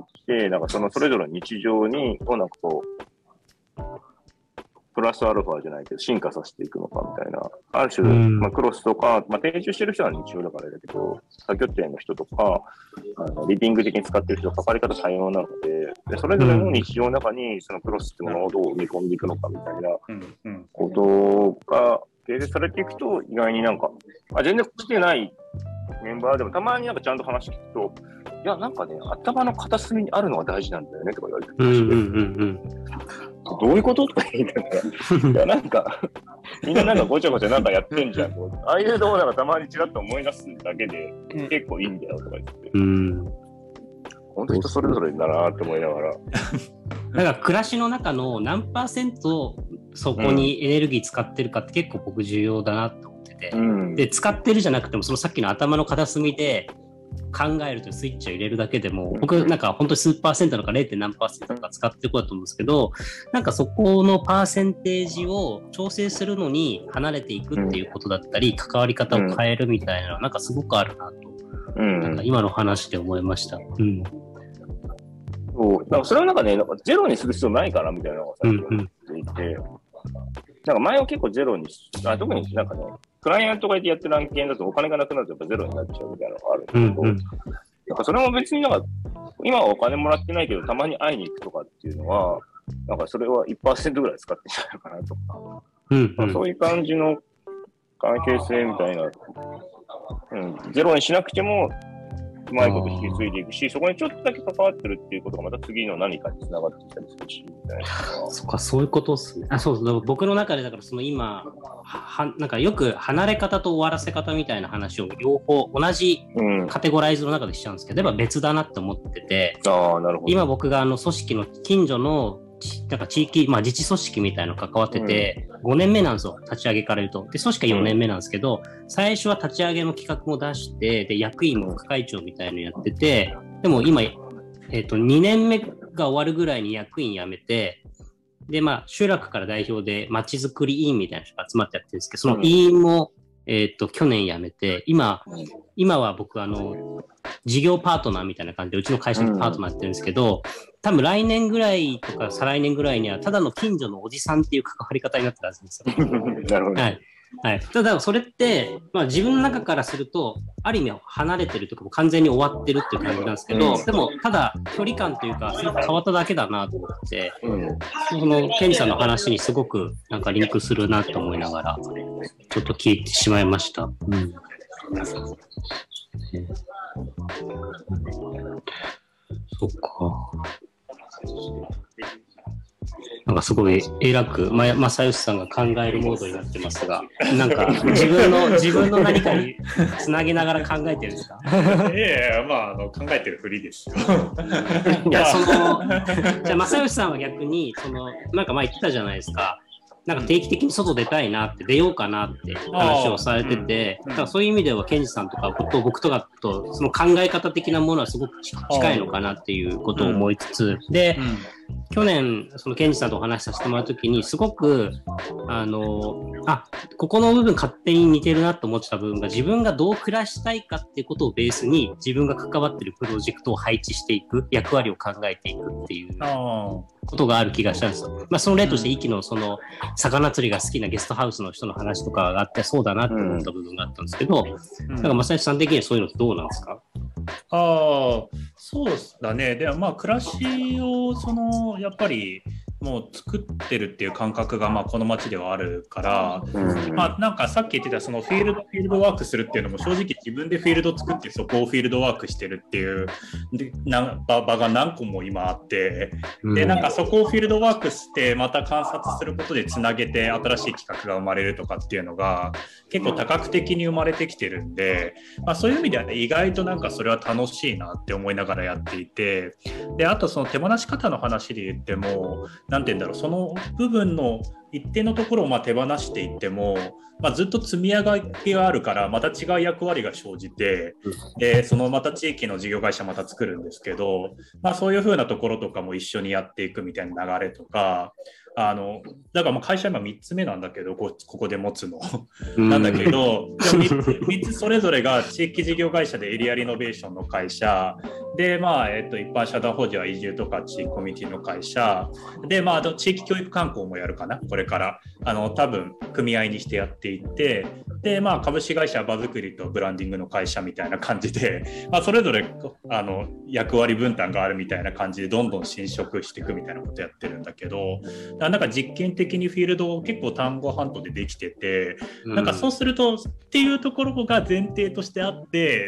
なんかそのそれぞれの日常に、をなんかこう、プラスアルファじゃないけど進化させていくのかみたいな。ある種、うん、まあクロスとか、まあ定住してる人は日常だからだけど、多拠点の人とか、あのリビング的に使ってる人は関わり方多様なので、で、それぞれの日常の中にそのクロスってものをどう埋め込んでいくのかみたいなことが形成されていくと、意外になんか、あ、全然来てないメンバーでもたまになんかちゃんと話聞くと、いや、なんかね、頭の片隅にあるのが大事なんだよねとか言われてまして、うんうんうんうん、どういうこととか言いながら、いや、なんか、みんななんかごちゃごちゃなんかやってんじゃん。ああいうのをなんかたまにちらっと思い出すだけで、結構いいんだよとか言って。うん。本当に人それぞれだなって思いながら。 なんか暮らしの中の何パーセントそこにエネルギー使ってるかって結構僕重要だなって思ってて、うん、で使ってるじゃなくてもそのさっきの頭の片隅で考えるというスイッチを入れるだけでも、僕なんか本当に数パーセントとか ゼロてん何パーセントとか使っていこうだと思うんですけど、なんかそこのパーセンテージを調整するのに離れていくっていうことだったり、関わり方を変えるみたいなのはなんかすごくあるなと、うん、なんか今の話で思いました。うん。 そう、なんかそれはなんかね、なんかゼロにする必要ないからみたいなのが最近言っていて、うんうん、なんか前は結構ゼロにし、あ、特になんかね、クライアントがいてやってる案件だとお金がなくなるとやっぱゼロになっちゃうみたいなのがあるんだけど、うんうん、なんかそれも別になんか、今はお金もらってないけど、たまに会いに行くとかっていうのは、なんかそれは いちパーセント ぐらい使ってんじゃないかなとか、うんうんまあ、そういう感じの関係性みたいな、うん、ゼロにしなくても、うまいこと引き継いでいくし、そこにちょっとだけ関わってるっていうことがまた次の何かにつながってきたりするし、みたいな。 そっか、そういうことですね。あ、そうそう。僕の中でだからその今、はなんかよく離れ方と終わらせ方みたいな話を両方同じカテゴライズの中でしちゃうんですけど、うん、やっぱ別だなって思ってて、 あ、なるほど。 今僕があの組織の近所のなんか地域、まあ、自治組織みたいなの関わってて、うん、ごねんめなんですよ、立ち上げから言うと。で、組織はよねんめなんですけど、うん、最初は立ち上げの企画も出して、で、役員も副会長みたいなのやってて、でも今、えっと、にねんめが終わるぐらいに役員辞めて、で、まあ、集落から代表で街づくり委員みたいな人が集まってやってるんですけど、その委員も、えっと、去年辞めて、今、今は僕、あの、事業パートナーみたいな感じで、うちの会社のパートナーやってるんですけど、多分来年ぐらいとか再来年ぐらいには、ただの近所のおじさんっていう関わり方になってるはずですよ。 なるほど。 はい。はい。ただ、それって、まあ自分の中からすると、ある意味離れてるとかも完全に終わってるっていう感じなんですけど、でも、ただ、距離感というか、変わっただけだなと思って、うん、その、ケンジさんの話にすごくなんかリンクするなと思いながら、ちょっと聞いてしまいました。うん。そっか。 なんかすごい偉く、ま、正義さんが考えるモードになってますが、なんか自分の自分の何かにつなげながら考えてるんですか？ いやいや、まあ、あの考えてるふりですよ。 いや、その、じゃあ正義さんは逆に、その、なんか前言ってたじゃないですか。なんか定期的に外出たいなって、出ようかなって話をされてて、だからそういう意味では、ケンジさんとか僕と僕とかと、その考え方的なものはすごく近いのかなっていうことを思いつつ、で、去年、そのケンジさんとお話しさせてもらうときに、すごく、あの、あ、ここの部分勝手に似てるなと思ってた部分が、自分がどう暮らしたいかっていうことをベースに、自分が関わってるプロジェクトを配置していく、役割を考えていくっていうことがある気がしたんですよ。まあ、その例として、イキのその、魚釣りが好きなゲストハウスの人の話とかがあって、そうだなって思った部分があったんですけど、うん、なんか正義さん的にはそういうのってどうなんですか？ ああ、そうだね。でもまあ暮らしをそのやっぱりもう作ってるっていう感覚がまあこの街ではあるから、うん、まあなんかさっき言ってたそのフィールドフィールドワークするっていうのも正直自分でフィールド作ってそこをフィールドワークしてるっていうでな 場, 場が何個も今あって、でなんかそこをフィールドワークしてまた観察することでつなげて新しい企画が生まれるとかっていうのが結構多角的に生まれてきてるんで、まあ、そういう意味では、ね、意外となんかそれは楽しいなって思いながらやっていて、であとその手放し方の話で言ってもなんて言うんだろう、その部分の一定のところをまあ手放していっても、まあ、ずっと積み上がりがあるからまた違う役割が生じて、でそのまた地域の事業会社また作るんですけど、まあ、そういう風なところとかも一緒にやっていくみたいな流れとか、あのだからまあ会社今みっつめなんだけど こ, ここで持つのなんだけど みっ, つそれぞれが地域事業会社でエリアリノベーションの会社で、まあえっと、一般社団法人は移住とか地域コミュニティの会社で、まあ、あと地域教育観光もやるかな、これからあの多分組合にしてやっていって、で、まあ、株式会社場作りとブランディングの会社みたいな感じで、まあ、それぞれあの役割分担があるみたいな感じでどんどん侵食していくみたいなことやってるんだけど、なんか実験的にフィールドを結構単語半島でできてて、なんかそうするとっていうところが前提としてあって、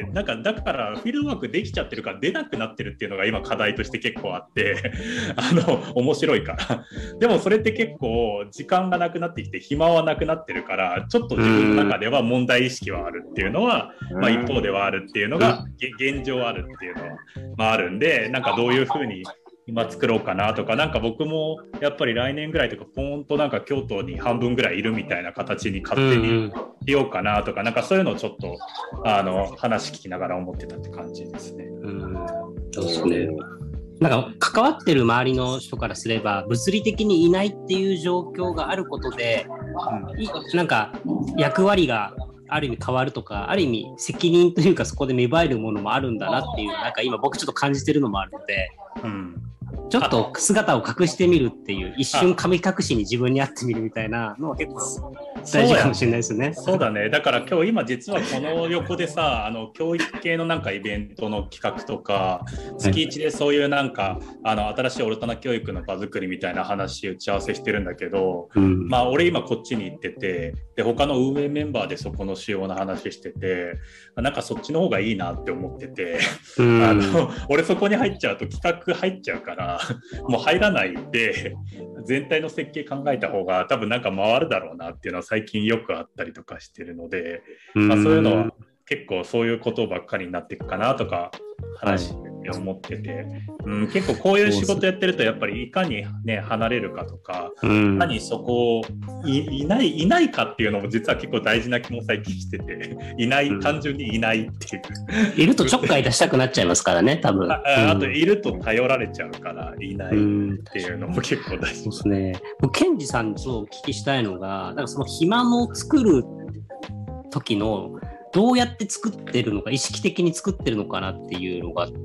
なんかだからフィールドワークできちゃってるから出なくなってるっていうのが今課題として結構あってあの面白いからでもそれって結構時間がなくなってきて暇はなくなってるからちょっと自分の中では問題意識はあるっていうのは、まあ、一方ではあるっていうのが現状あるっていうのは、まあ、あるんで、なんかどういうふうに今作ろうかなとか、なんか僕もやっぱり来年ぐらいとかポーンとなんか京都に半分ぐらいいるみたいな形に勝手にしようかなとか、なんかそういうのをちょっとあの話聞きながら思ってたって感じですね。 うん、そうですね。なんか関わってる周りの人からすれば物理的にいないっていう状況があることで、うん、なんか役割がある意味変わるとか、ある意味責任というかそこで芽生えるものもあるんだなっていう、なんか今僕ちょっと感じてるのもあるので、うん、ちょっと姿を隠してみるっていう、一瞬神隠しに自分に会ってみるみたいなのは結構大事かもしれないですね。 そうだね。だから今日今実はこの横でさ、あの教育系のなんかイベントの企画とか、月いちでそういうなんかあの新しいオルタナ教育の場作りみたいな話打ち合わせしてるんだけど、うん、まあ俺今こっちに行ってて、で他の運営メンバーでそこの主要な話してて、なんかそっちの方がいいなって思ってて、うん、あの俺そこに入っちゃうと企画入っちゃうからもう入らないで全体の設計考えた方が多分なんか回るだろうなっていうのは最近よくあったりとかしてるので、まあ、そういうのは結構そういうことばっかりになっていくかなとか話して思ってて、はい、うん、結構こういう仕事やってるとやっぱりいかにね離れるかとか、いかにそこを い, いないいないかっていうのも実は結構大事な気も最近してて、いない、うん、単純にいないっていういるとちょっかい出したくなっちゃいますからね、多分あ, あ, あといると頼られちゃうからいないっていうのも結構大事、 うん、そうですね。ケンジさんにお聞きしたいのが、なんかその暇の作る時のどうやって作ってるのか、意識的に作ってるのかなっていうのがあって、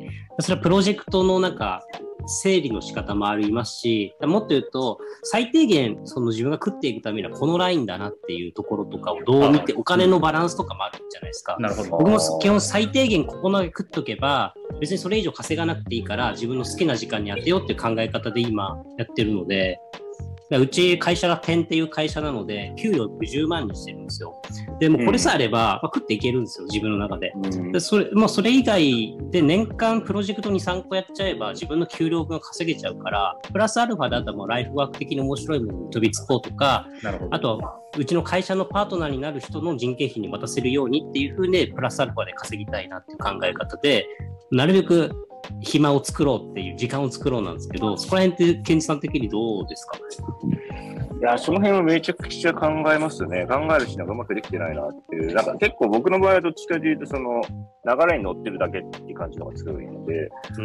それはプロジェクトのなんか整理の仕方もありますし、もっと言うと最低限その自分が食っていくためにはこのラインだなっていうところとかをどう見て、お金のバランスとかもあるんじゃないですか。 なるほど。 僕も基本最低限ここまで食っとけば別にそれ以上稼がなくていいから自分の好きな時間に当てようっていう考え方で今やってるので、 うち会社が点っていう会社なので、給与じゅうまんにしてるんですよ。でもこれさえあれば、まあ、食っていけるんですよ、自分の中で。でそれ、まあ、それ以外で年間プロジェクトにさんこやっちゃえば自分の給料分稼げちゃうから、プラスアルファだともうライフワーク的に面白いものに飛びつこうとか、あとはうちの会社のパートナーになる人の人件費に渡せるようにっていう風で、プラスアルファで稼ぎたいなっていう考え方で、なるべく暇を作ろうっていう時間を作ろうなんですけど、そこら辺ってケンジさん的にどうですか？ いや、その辺はめちゃくちゃ考えますね。考えるし、なんかうまくできてないなっていう。なんか結構僕の場合はどっちかというと、その流れに乗ってるだけっていう感じのが強いので、 うん。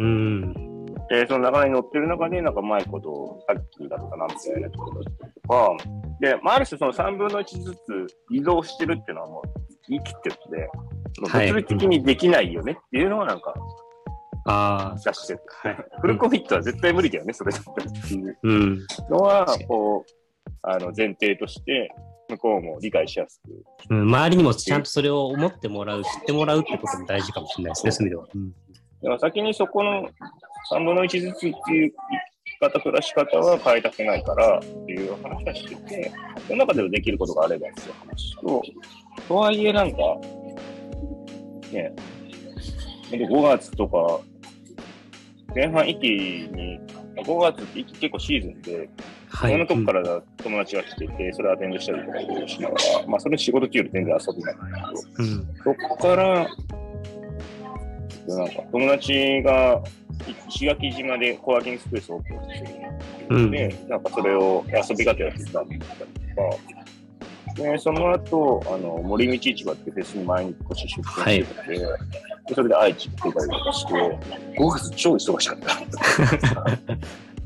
で、その流れに乗ってる中で、なんかうまいこと、さっきだったな、みたいなところだったりとか、で、まあ、ある種そのさんぶんのいちずつ移動してるっていうのはもう言い切ってるので、物理的にできないよねっていうのはなんか、 あ出してる。はい。フルコミットは絶対無理だよね、それだったらっていううんのは、こう、あの、前提として、向こうも理解しやすく、 うん。周りにもちゃんとそれを思ってもらう、知ってもらうってことも大事かもしれないですね、そういう意味では。うん、 だから先にそこのさんぶんのいちずつっていう生き方、暮らし方は変えたくないからっていう話はしてて、その中でもできることがあればっていう話と、とはいえなんか、ね、ごがつとか、前半一気に、ごがつって一気結構シーズンで、 はい、 いろんなとこから友達が来てて、それアテンドしたりとかしながら、まあそれ仕事っていうより全然遊びなんだけど、うん、そこから、なんか友達が石垣島でコワーキングスペースをオープンしてるので、うん、なんかそれを遊びがてら手伝ったりとか、で、その後、あの、森道市場ってフェスに毎日出店してて、はい、でそれで愛知行ってたりとかして、ごがつ超忙しかった。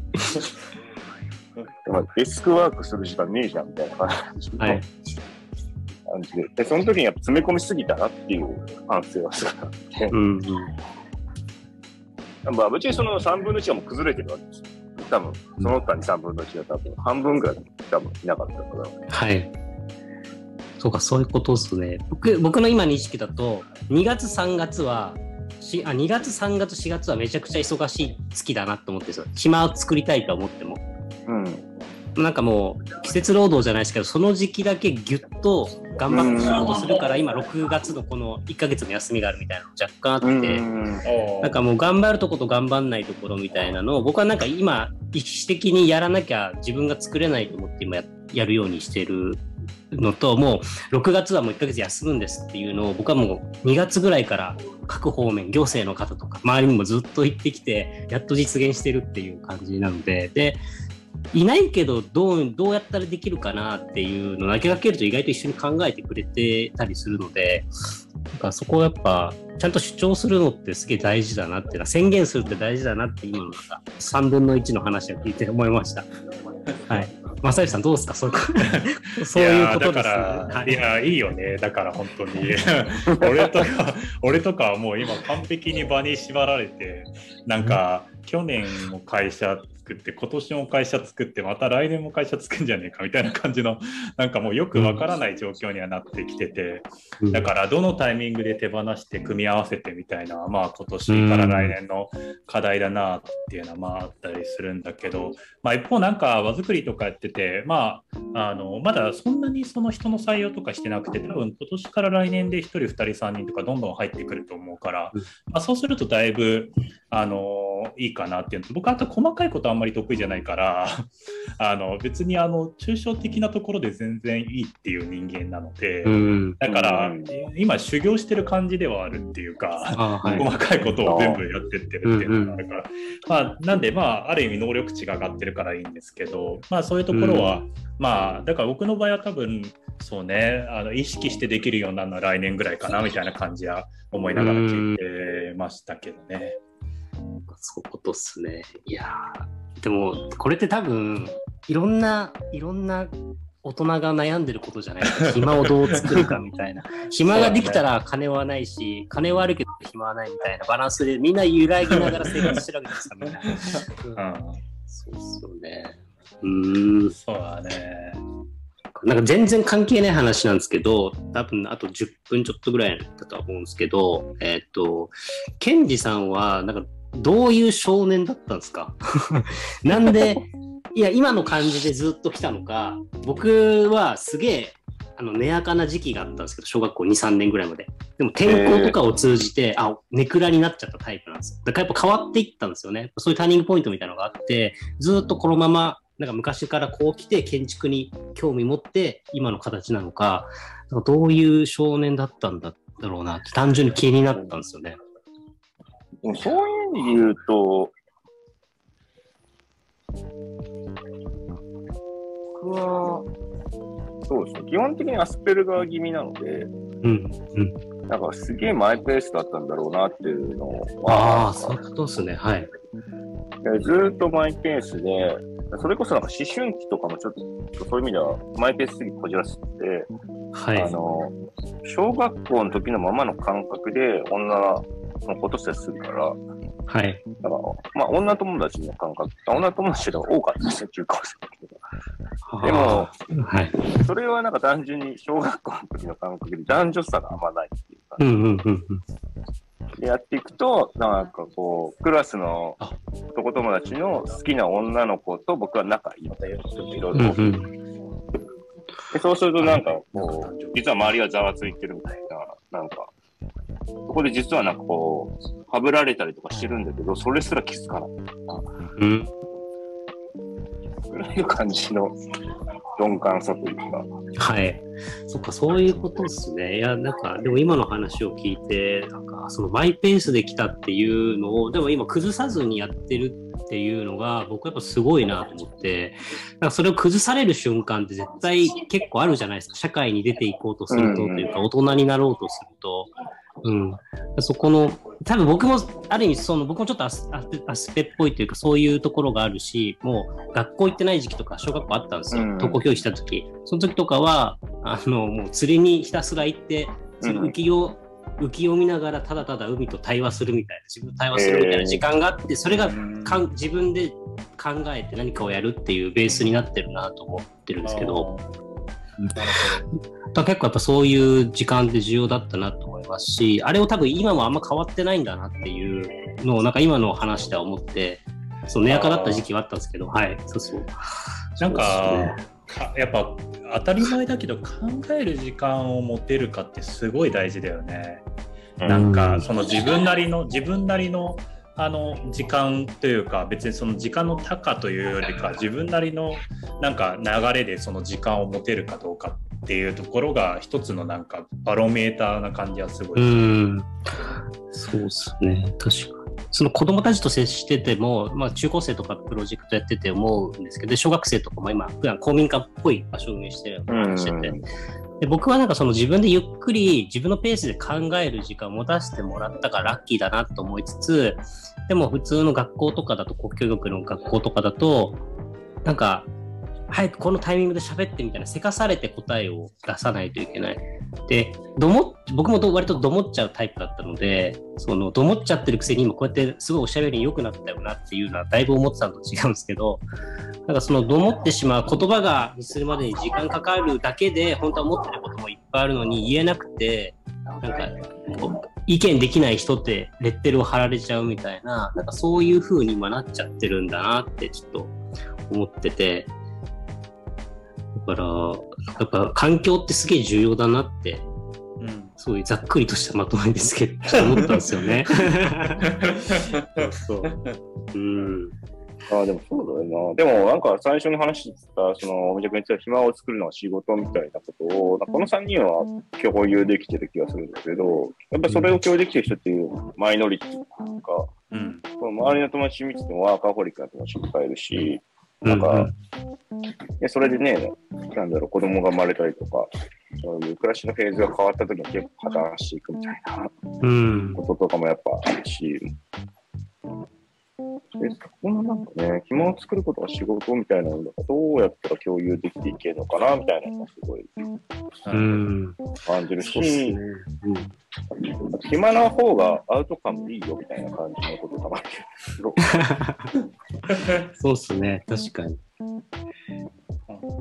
デスクワークする時間ねえじゃんみたいな感じの、はい、感じで、で、その時にやっぱ詰め込みすぎたなっていう反省はすごいあって、うんうん、まあ、ぶっちゃけそのさんぶんのいちはもう崩れてるわけですよ。多分、その他にさんぶんのいちは多分、半分ぐらい多分いなかったから。 はい。そうか、そういうことですね。僕、僕の今の意識だと、にがつさんがつは、しあにがつさんがつしがつはめちゃくちゃ忙しい月だなと思ってるんですよ。暇を作りたいと思っても。うん。なんかもう季節労働じゃないですけど、その時期だけギュッと頑張って仕事するから、今ろくがつのこのいっかげつの休みがあるみたいなの若干あって、なんかもう頑張るとこと頑張んないところみたいなのを僕はなんか今意識的にやらなきゃ自分が作れないと思って今 や, やるようにしてるのと、もうろくがつはもういっかげつ休むんですっていうのを僕はもうにがつぐらいから各方面、行政の方とか周りにもずっと言ってきて、やっと実現してるっていう感じなので、でいないけどどう、どうやったらできるかなっていうのを投げかけると意外と一緒に考えてくれてたりするので、なんかそこをやっぱちゃんと主張するのってすげえ大事だなっていうのは、宣言するって大事だなって今のさんぶんのいちの話を聞いて思いました。はい。正義さんどうですか？そういうそういうことですね。 いや、だから、いや、いいよね。だから本当に俺とか俺とかはもう今完璧に場に縛られて、なんか去年も会社作って今年も会社作ってまた来年も会社作るんじゃねえかみたいな感じの、なんかもうよくわからない状況にはなってきてて、だからどのタイミングで手放して組み合わせてみたいな、まあ今年から来年の課題だなっていうのはまああったりするんだけど、まあ一方なんか輪作りとかやってて、まああのまだそんなにその人の採用とかしてなくて、多分今年から来年でひとりふたりさんにんとかどんどん入ってくると思うから、まあ、そうするとだいぶあのいいかなっていうのと、僕はあと細かいことはあんまり得意じゃないからあの別にあの抽象的なところで全然いいっていう人間なので、うん、だから今修行してる感じではあるっていうか、はい、細かいことを全部やってってるっていうのがあるから、うんうん、まあ、なんでまあある意味能力値が上がってるからいいんですけど、まあそういうところは、うん、まあだから僕の場合は多分そうね、あの意識してできるようになるのは来年ぐらいかなみたいな感じは思いながら聞いてましたけどね。 そういうことっすね。いやでもこれって多分いろんないろんな大人が悩んでることじゃないですか。暇をどう作るかみたいな。暇ができたら金はないし、金はあるけど暇はないみたいなバランスでみんな揺らぎながら生活してるわけですかみんな。うん、そうっすよね。うーん。 そうだね。 なんか全然関係ない話なんですけど、多分あとじゅっぷんちょっとぐらいだとは思うんですけど、えっと、ケンジさんはなんかどういう少年だったんですか？なんでいや今の感じでずっと来たのか、僕はすげえあの根垢な時期があったんですけど、小学校に、さんねんぐらいまで。でも転校とかを通じて、あ、ネクラになっちゃったタイプなんですよ。だからやっぱ変わっていったんですよね。そういうターニングポイントみたいなのがあって、ずっとこのまま、なんか昔からこう来て建築に興味持って今の形なのか、なんかどういう少年だったんだろうなって単純に気になったんですよね。 でもそういう意味で言うと、僕は、そうですね。基本的にアスペルガー気味なので、 うんうん、 なんかすげえマイペースだったんだろうなっていうのは。 ああ、そういうことですね。はい。 ずーっとマイペースで、それこそなんか思春期とかもちょっとそういう意味ではマイペースすぎてこじらせてて、 はい、 あの、小学校の時のままの感覚で女のこと接するから、 はい。 だからまあ女友達の感覚、女友達が多かったですね、中高生の時は。でも、 はい、 それはなんか単純に小学校の時の感覚で男女差があんまないっていうか、 うんうんうんうん、 でやっていくと、なんかこう、クラスの男友達の好きな女の子と僕は仲いいみたいな、ちょっといろいろ。でそうするとなんかこう、実は周りはざわついてるみたいな、なんか、そこで実はなんかこう、はぶられたりとかしてるんだけど、それすら気づかない。うん。ぐらいの感じの鈍感さというか。 はい。そっか、そういうことですね。いや、なんか、でも今の話を聞いて、なんか、そのマイペースで来たっていうのを、でも今崩さずにやってるっていうのが、僕はやっぱすごいなと思って、なんかそれを崩される瞬間って絶対結構あるじゃないですか。社会に出ていこうとすると、というか、大人になろうとすると。うん。そこの、多分僕も、ある意味、その、僕もちょっとアス、アスペっぽいというか、そういうところがあるし、もう、学校行ってない時期とか、小学校あったんですよ。登校教育した時。その時とかは、あの、もう釣りにひたすら行って、その浮きを、うん、浮きを見ながら、ただただ海と対話するみたいな、自分と対話するみたいな時間があって、それがかん自分で考えて何かをやるっていうベースになってるなと思ってるんですけど、だ結構やっぱそういう時間って重要だったなと思いますし、あれを多分今もあんま変わってないんだなっていうのをなんか今の話では思って、その根垢だった時期はあったんですけど、はい、そうそう。 なんか、ね、かやっぱ当たり前だけど考える時間を持てるかってすごい大事だよね。なんかその自分なりの自分なりのあの時間というか、別にその時間の多寡というよりか自分なりのなんか流れでその時間を持てるかどうかっていうところが一つのなんかバロメーターな感じはすごい。 うん、そうですね、確かに。その子供たちと接してても、まあ、中高生とかプロジェクトやってて思うんですけど、小学生とかも今普段公民館っぽい場所を運営してるような話してて、で僕はなんかその自分でゆっくり自分のペースで考える時間を持たせてもらったからラッキーだなと思いつつ、でも普通の学校とかだと、国教育の学校とかだと、なんか早くこのタイミングで喋ってみたいな、せかされて答えを出さないといけない。で、ども僕も割とどもっちゃうタイプだったので、そのどもっちゃってるくせに今こうやってすごいおしゃべりに良くなったよなっていうのはだいぶ思ってたのと違うんですけど、なんかそのどもってしまう言葉がにするまでに時間かかるだけで本当は思ってることもいっぱいあるのに言えなくて、なんか意見できない人ってレッテルを貼られちゃうみたいな、なんかそういう風に今なっちゃってるんだなってちょっと思ってて、だからやっぱ環境ってすげえ重要だなって、うん、そういうざっくりとしたまとめですけど思ったんですよね。そう、うん、 ああ、でもそうだよな。でもなんか最初の話してた、その、おみちゃくに言ってた暇を作るのは仕事みたいなことを、このさんにんは共有できてる気がするんだけど、やっぱそれを共有できてる人っていうマイノリティというか、うん、周りの友達見ててもワーカーホリックな友達いっぱいいるし、なんか、うんうんで、それでね、なんだろう、子供が生まれたりとか、そういう暮らしのフェーズが変わった時に結構破綻していくみたいなこととかもやっぱあるし、で、そこのなんかね、暇を作ることが仕事みたいなのがどうやったら共有できていけるのかなみたいなのがすごい感じるし、ねうん、暇な方がアウトカムいいよみたいな感じのことたまにそうっすね、確かに。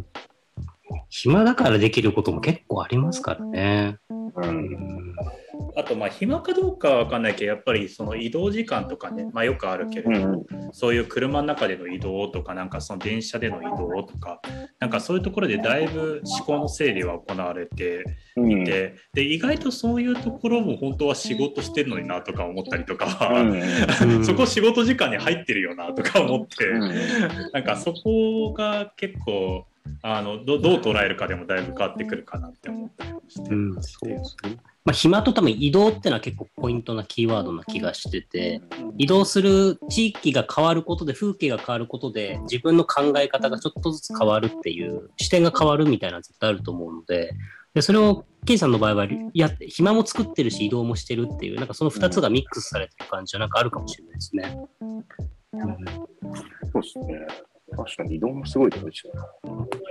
暇だからできることも結構ありますからね。うん、 あとまあ暇かどうかは分かんないけどやっぱりその移動時間とかね、まあ、よくあるけれども、うん、そういう車の中での移動とかなんかその電車での移動とかなんかそういうところでだいぶ思考の整理は行われていて、うん、で意外とそういうところも本当は仕事してるのになとか思ったりとか、うん、そこ仕事時間に入ってるよなとか思って、うん、なんかそこが結構あの ど, どう捉えるかでもだいぶ変わってくるかなって思ったりもして、うん、そうですね。 まあ、暇と多分移動ってのは結構ポイントなキーワードな気がしてて、移動する地域が変わることで風景が変わることで自分の考え方がちょっとずつ変わるっていう視点が変わるみたいなのは絶対あると思うので、でそれをケイさんの場合はや暇も作ってるし移動もしてるっていうなんかそのふたつがミックスされてる感じはなんかあるかもしれないですね。うん、 そうですね。確かに移動もすごい大事だ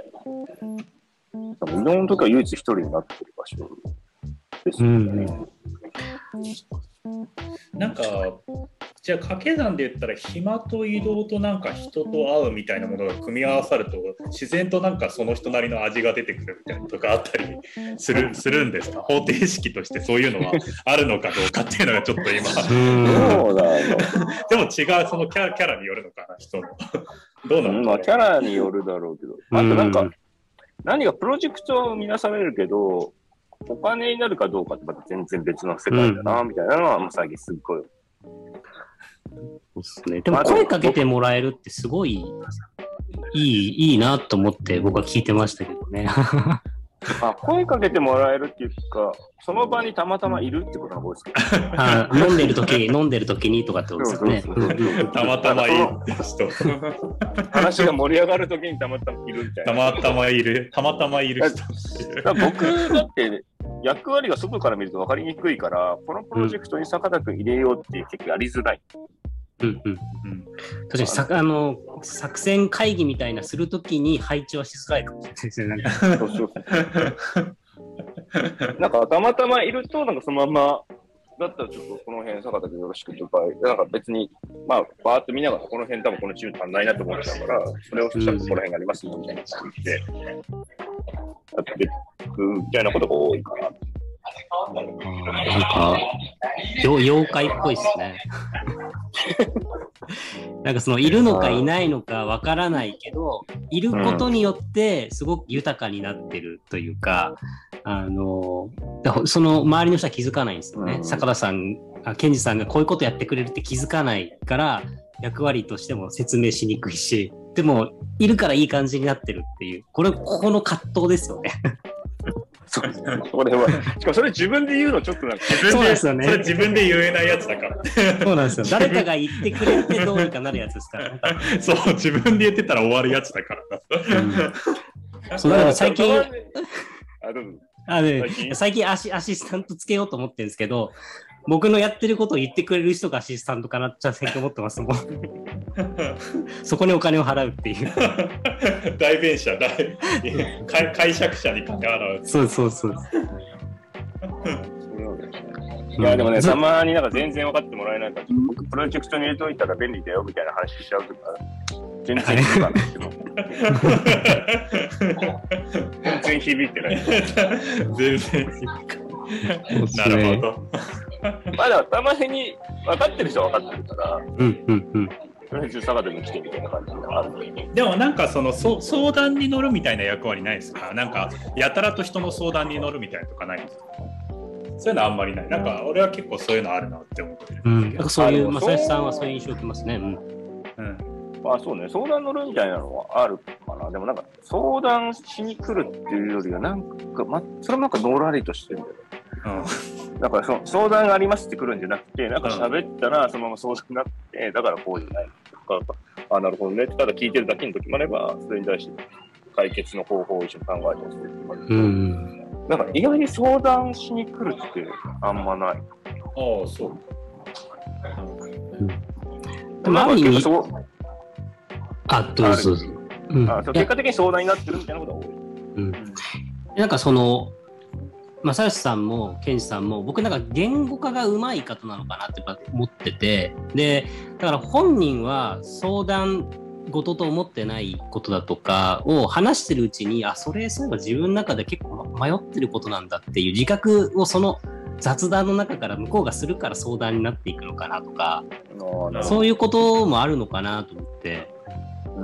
な。移動の時は唯一一人になってる場所ですね。うんうん、なんかじゃあ掛け算で言ったら暇と移動となんか人と会うみたいなものが組み合わさると自然となんかその人なりの味が出てくるみたいなとかあったりするするんですか？方程式としてそういうのはあるのかどうかっていうのがちょっと今そうだでも違うそのキャラ、キャラによるのかな人のどうなのか、ね、 まあキャラによるだろうけど、あとなんか何がプロジェクトは生み出されるけどお金になるかどうかってまた全然別の世界だな、うん、みたいなのは最近すっごい。 そうですね。でも声かけてもらえるってすごいいい、いいなと思って僕は聞いてましたけどね。 あ、声かけてもらえるっていうか、その場にたまたまいるってことが多いですけど。 あ、飲んでる時飲んでる時にとかってことですよね。 たまたまいる人。 話が盛り上がる時にたまたまいるみたいな。たまたまいる、たまたまいる人。 だ僕だって役割が外から見ると分かりにくいから、このプロジェクトに坂田君入れようって結構やりづらい。 うんうんうん、確かにさあの作戦会議みたいなするときに配置はしづらいかもしれないですね。なんかそうそうなんかたまたまいるとなんかそのままだったらちょっとこの辺坂田君よろしくとかなんか別にまあバーッと見ながらこの辺多分このチーム足んないなと思ってたからそれをそしたらここら辺がありますよみたいな感じでやっていくみたいなことが多いかな。 なんか妖怪っぽいっすね。なんかそのいるのかいないのかわからないけどいることによってすごく豊かになってるというか、うん、あのその周りの人は気づかないんですよね、うん、坂田さんケンジさんがこういうことやってくれるって気づかないから役割としても説明しにくいしでもいるからいい感じになってるっていうこれここの葛藤ですよね。 そうですね。これはしかもそれ自分で言うのちょっとなんか自分で、そうですよね、それ自分で言えないやつだから。 そうなんですよ。誰かが言ってくれてどうにかなるやつですから、ね。 そう自分で言ってたら終わるやつだから。 うん、そうだから最近あどうぞあね、最近最近アシアシスタントつけようと思ってるんですけど。僕のやってることを言ってくれる人がアシスタントかなって最近思ってますもん。そこにお金を払うっていう。 代弁者、代解釈者に金払う。 そうそうそう。 いやでもね、たまになんか全然分かってもらえないから、僕プロジェクトに入れといたら便利だよみたいな話しちゃうとか、全然響かないけど。全然響いてない。 全然響かない。なるほど。 まあでもたまに分かってる人は分かってるから、 うんうんうん。 とりあえず佐賀でも来てみたいな感じがあるので。 でもなんかそのそ相談に乗るみたいな役割ないですか？なんかやたらと人の相談に乗るみたいなとかないですか？そういうのあんまりない。なんか俺は結構そういうのあるなって思ってる。 うん。なんかそういう正義さんはそういう印象を受けますね。うん。 うん。まあそうね、相談乗るみたいなのはあるかな。でもなんか相談しに来るっていうよりはなんかまそれもなんかのらりとしてるんだよね。うん、だからそ相談がありますって来るんじゃなくて、なんか喋ったらそのまま相談になって、だからこうじゃないとか、あ、なるほどね、ただ聞いてるだけの時もあれば、それに対して解決の方法を一緒に考えてまするとか、うん、なんか意外に相談しに来るってあんまない。ああ、そう。 うん、でもある意味、あ、どうぞ。 うん、あ結果的に相談になってるみたいなことが多い。 うん、なんかその正義さんもケンジさんも僕なんか言語化がうまい方なのかなって思ってて、でだから本人は相談事と思ってないことだとかを話してるうちに、あ、それそういえば自分の中で結構迷ってることなんだっていう自覚をその雑談の中から向こうがするから相談になっていくのかなとか、そういうこともあるのかなと思って。うん、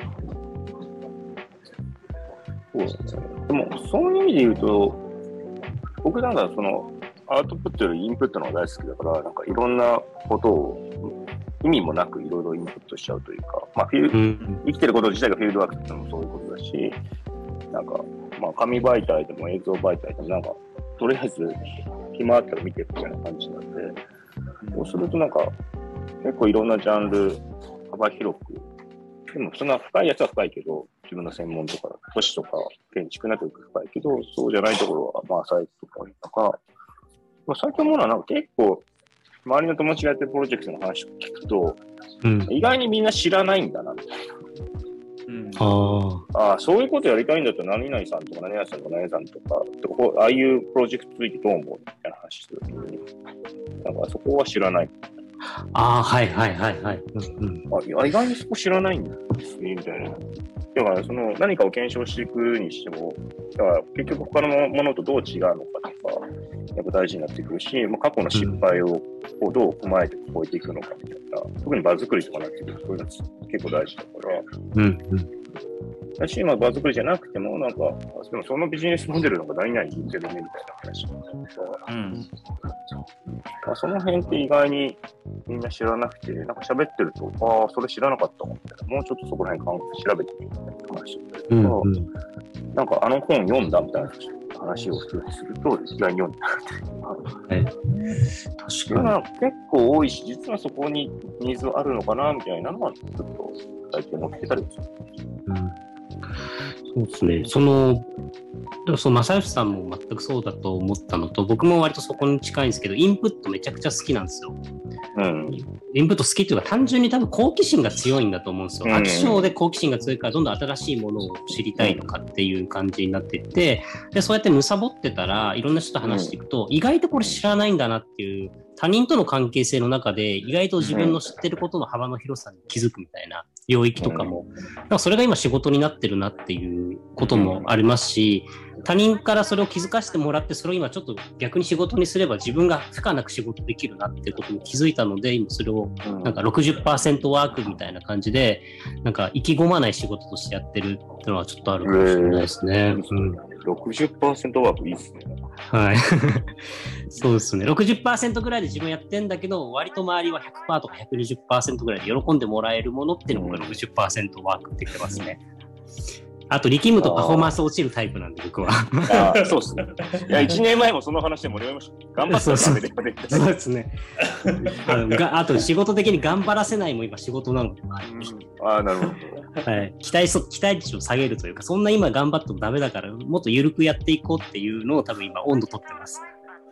そうですね。でもそういう意味で言うと、僕なんかそのアウトプットよりインプットの方が大好きだから、なんかいろんなことを意味もなくいろいろインプットしちゃうというか、まあフィール、うん、生きてること自体がフィールドワークっていうのもそういうことだし、なんかまあ紙媒体でも映像媒体でもなんかとりあえず暇あったら見てるみたいな感じなんで、そうするとなんか結構いろんなジャンル幅広く、でもそんな深いやつは深いけど、自分の専門とか都市とか建築など深いけど、そうじゃないところはまあサイトとかとか、まあ、最近思うのはなんか結構周りの友達がやってるプロジェクトの話を聞くと、うん、意外にみんな知らないんだなみたいな。うん、ああ、そういうことやりたいんだったら何々さんとか何々さんとか何々さんとか、こうああいうプロジェクトについてどう思うみたいな話するときに、なんかそこは知らない。 ああ、はいはいはいはい。うん、 あ、意外にそこ知らないんですね、みたいな。だからその何かを検証していくにしても、だから結局他のものとどう違うのかとか、やっぱ大事になってくるし、まあ、過去の失敗を、うん、どう踏まえて超えていくのかみたいな、特に場作りとかになってくると、そういうの結構大事だから。うんうんだし、まあ、場作りじゃなくても、なんか、でもそのビジネスモデルなんか何々言ってるねみたいな話とか、うんまあ、その辺って意外にみんな知らなくて、なんか喋ってると、ああ、それ知らなかったもんみたいな、もうちょっとそこら辺調べてみるみたいな話をすると、うんうん、なんかあの本読んだみたいな話を普通にすると、意外に読んでなくて。はい、確かに。結構多いし、実はそこにニーズあるのかなみたいなのは、ちょっと最近思ってたりする。うんそうですね。その、でもその正義さんも全くそうだと思ったのと、僕も割とそこに近いんですけど、インプットめちゃくちゃ好きなんですよ。うん。インプット好きっていうか、単純に多分好奇心が強いんだと思うんですよ。飽き性で好奇心が強いから、どんどん新しいものを知りたいのかっていう感じになっていって、で、そうやって貪ってたら、いろんな人と話していくと、意外とこれ知らないんだなっていう、他人との関係性の中で、意外と自分の知ってることの幅の広さに気づくみたいな領域とかも、なんかそれが今仕事になってるなっていうこともありますし、他人からそれを気づかせてもらって、それを今ちょっと逆に仕事にすれば自分が負荷なく仕事できるなっていうことに気づいたので、今それをなんか ろくじゅっパーセント ワークみたいな感じで、なんか意気込まない仕事としてやってるっていうのはちょっとあるかもしれないですね。うん、 ろくじゅっパーセント ワークいいっすね。 はい。そうですね。ろくじゅっパーセント ぐらいで自分やってんだけど、割と周りは ひゃくパーセント とか ひゃくにじゅっパーセント ぐらいで喜んでもらえるものっていうのが ろくじゅっパーセント ワークって言ってますね。あと力むとパフォーマンス落ちるタイプなんで僕は。 ああ、そうですね。いやいちねんまえもその話で盛り上がりました。頑張ったらダメでよね。そうですね。あのがあと仕事的に頑張らせないも今仕事なので、うん、 ああなるほど。はい。期待そ期待値を下げるというか、そんな今頑張ってもダメだからもっと緩くやっていこうっていうのを多分今温度取ってます。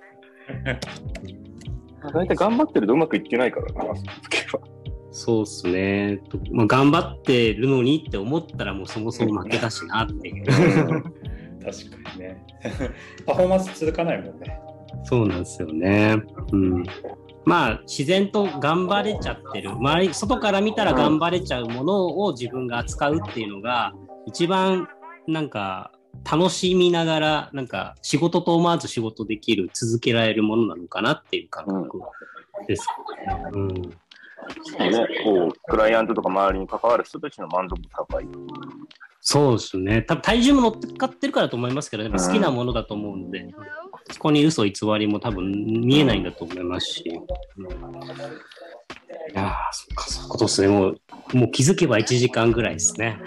大体頑張ってるとうまくいってないからな。 そうっすね。まあ、頑張ってるのにって思ったらもうそもそも負けだしなっていう。 確かにね。パフォーマンス続かないもんね。 そうなんですよね。うん。まあ自然と頑張れちゃってる。周り、外から見たら頑張れちゃうものを自分が扱うっていうのが一番なんか楽しみながらなんか仕事と思わず仕事できる、続けられるものなのかなっていう感覚ですね。うん。 ね、こうクライアントとか周りに関わる人たちの満足度高い。 そうですね。多分体重も乗っかってるからと思いますけど、ね、好きなものだと思うんで、うん、そこに嘘偽りも多分見えないんだと思いますし。うん、いやー、そっか、そういうことですね。もう、もう気づけばいちじかんぐらいですね。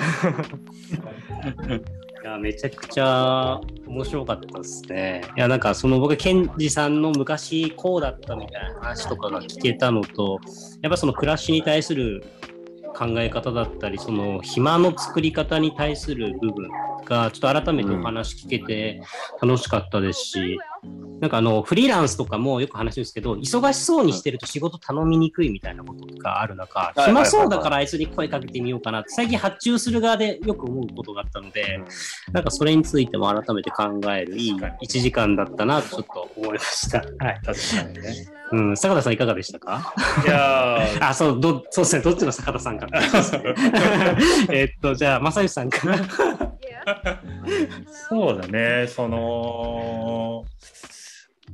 いやめちゃくちゃ面白かったですね。いやなんかその僕ケンジさんの昔こうだったみたいな話とかが聞けたのと、やっぱその暮らしに対する考え方だったり、その暇の作り方に対する部分がちょっと改めてお話聞けて楽しかったですし、なんかあのフリーランスとかもよく話すんですけど、忙しそうにしてると仕事頼みにくいみたいなことがある中、暇そうだからあいつに声かけてみようかなって最近発注する側でよく思うことがあったので、なんかそれについても改めて考えるいいいちじかんだったなとちょっと思いました。はい、 確かにね。 うん、坂田さんいかがでしたか？ いやあ、そうどそうですね。どっちの坂田さんか。えっとじゃあ正義さんかな。 そうだね。その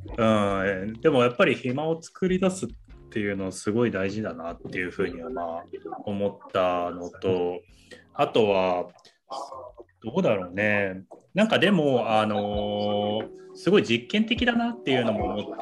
うん、でもやっぱり暇を作り出すっていうのはすごい大事だなっていうふうにはまあ思ったのと、あとはどうだろうね、なんかでもあのーすごい実験的だなっていうのも思って、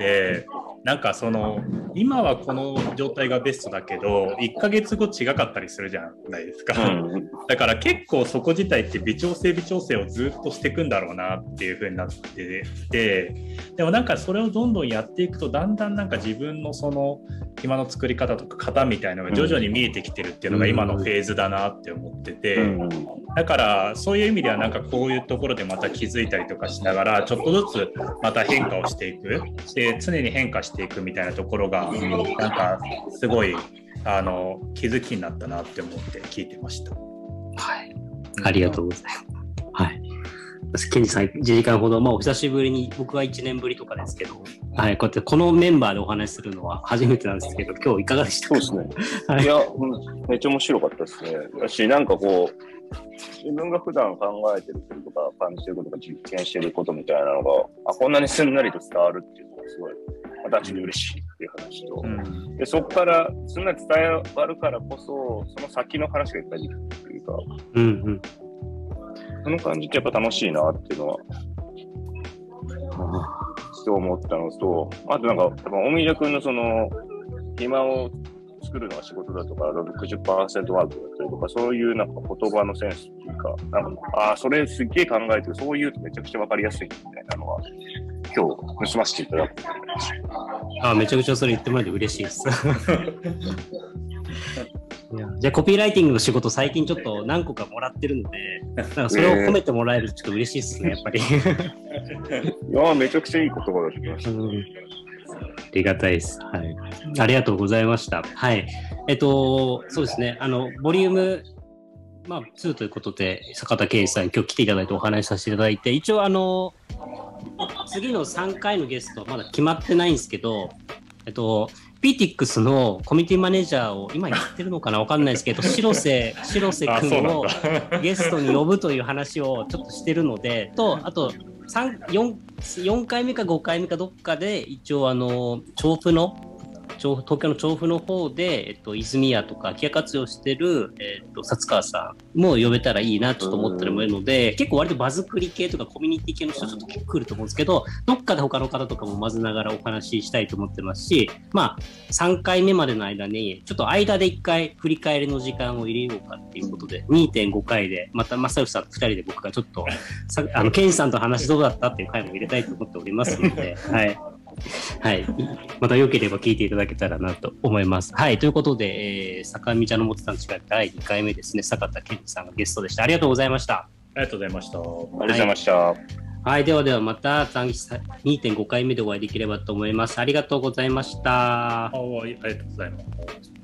なんかその今はこの状態がベストだけどいっかげつご違かったりするじゃないですか、うん、だから結構そこ自体って微調整微調整をずっとしていくんだろうなっていう風になっていて、でもなんかそれをどんどんやっていくとだんだんなんか自分のその今の作り方とか型みたいなのが徐々に見えてきてるっていうのが今のフェーズだなって思ってて、だからそういう意味ではなんかこういうところでまた気づいたりとかしながらちょっとずつまた変化をしていく、で常に変化していくみたいなところがなんかすごいあの気づきになったなって思って聞いてました。 はい、ありがとうございます。はい。ケンジさんいちじかんほど、まあお久しぶりに、僕はいちねんぶりとかですけど、はい、こうやってこのメンバーでお話しするのは初めてなんですけど、今日いかがでしたか？ そうですね。はい、いや、めっちゃ面白かったですね。だし、なんかこう、自分が普段考えてることとか感じてることとか実験してることみたいなのが、あ、こんなにすんなりと伝わるっていうのがすごい、私に嬉しいっていう話と、うん、でそこからすんなり伝わるからこそ、その先の話がいっぱいできるっていうか、うんうん、その感じってやっぱ楽しいなっていうのは、そう思ったのと、あとなんか、多分大宮君のその、暇を作るのが仕事だとか、ろくじゅっパーセントワークだったりとか、そういうなんか言葉のセンスっていうか、なんか、ああ、それすっげえ考えてる、そう言うとめちゃくちゃわかりやすいみたいなのは、今日、盗ませていただく。 あ、めちゃくちゃそれ言ってもらえて嬉しいです。いや、じゃあコピーライティングの仕事最近ちょっと何個かもらってるので、なんかそれを褒めてもらえるとちょっと嬉しいですね、やっぱり。 いや、めちゃくちゃいい言葉ができました。うん、 ありがたいです。はい。ありがとうございました。はい。えっと、そうですね。あの、ボリューム、まあ、にということで、坂田圭司さんに今日来ていただいてお話しさせていただいて、一応あの、次のさんかいのゲスト、まだ決まってないんですけど、えっと、ピーティックス のコミュニティマネージャーを今やってるのかなわかんないですけど、白瀬、白瀬君をゲストに呼ぶという話をちょっとしてるので、と、あと、4, 4回目かごかいめかどっかで、一応あの、調布の、東京の調布の方で、えっと、泉谷とか空き家活用してる、えっと、薩川さんも呼べたらいいなちょっと思ってるので、結構割と場作り系とかコミュニティ系の人ちょっと来ると思うんですけど、どっかで他の方とかも混ぜながらお話ししたいと思ってますし、まあさんかいめまでの間にちょっと間でいっかい振り返りの時間を入れようかっていうことで にてんご 回でまた正義さんとふたりで僕がちょっとあのケンさんと話どうだったっていう回も入れたいと思っておりますので、はいはい。また良ければ聞いていただけたらなと思います。はい。ということで、えー、坂上茶のもてさんちからだいにかいめですね、坂田健二さんがゲストでした。ありがとうございました。ありがとうございました。ありがとうございました。 はい、はい、ではではまた にてんご 回目でお会いできればと思います。ありがとうございました。 ありがとうございます。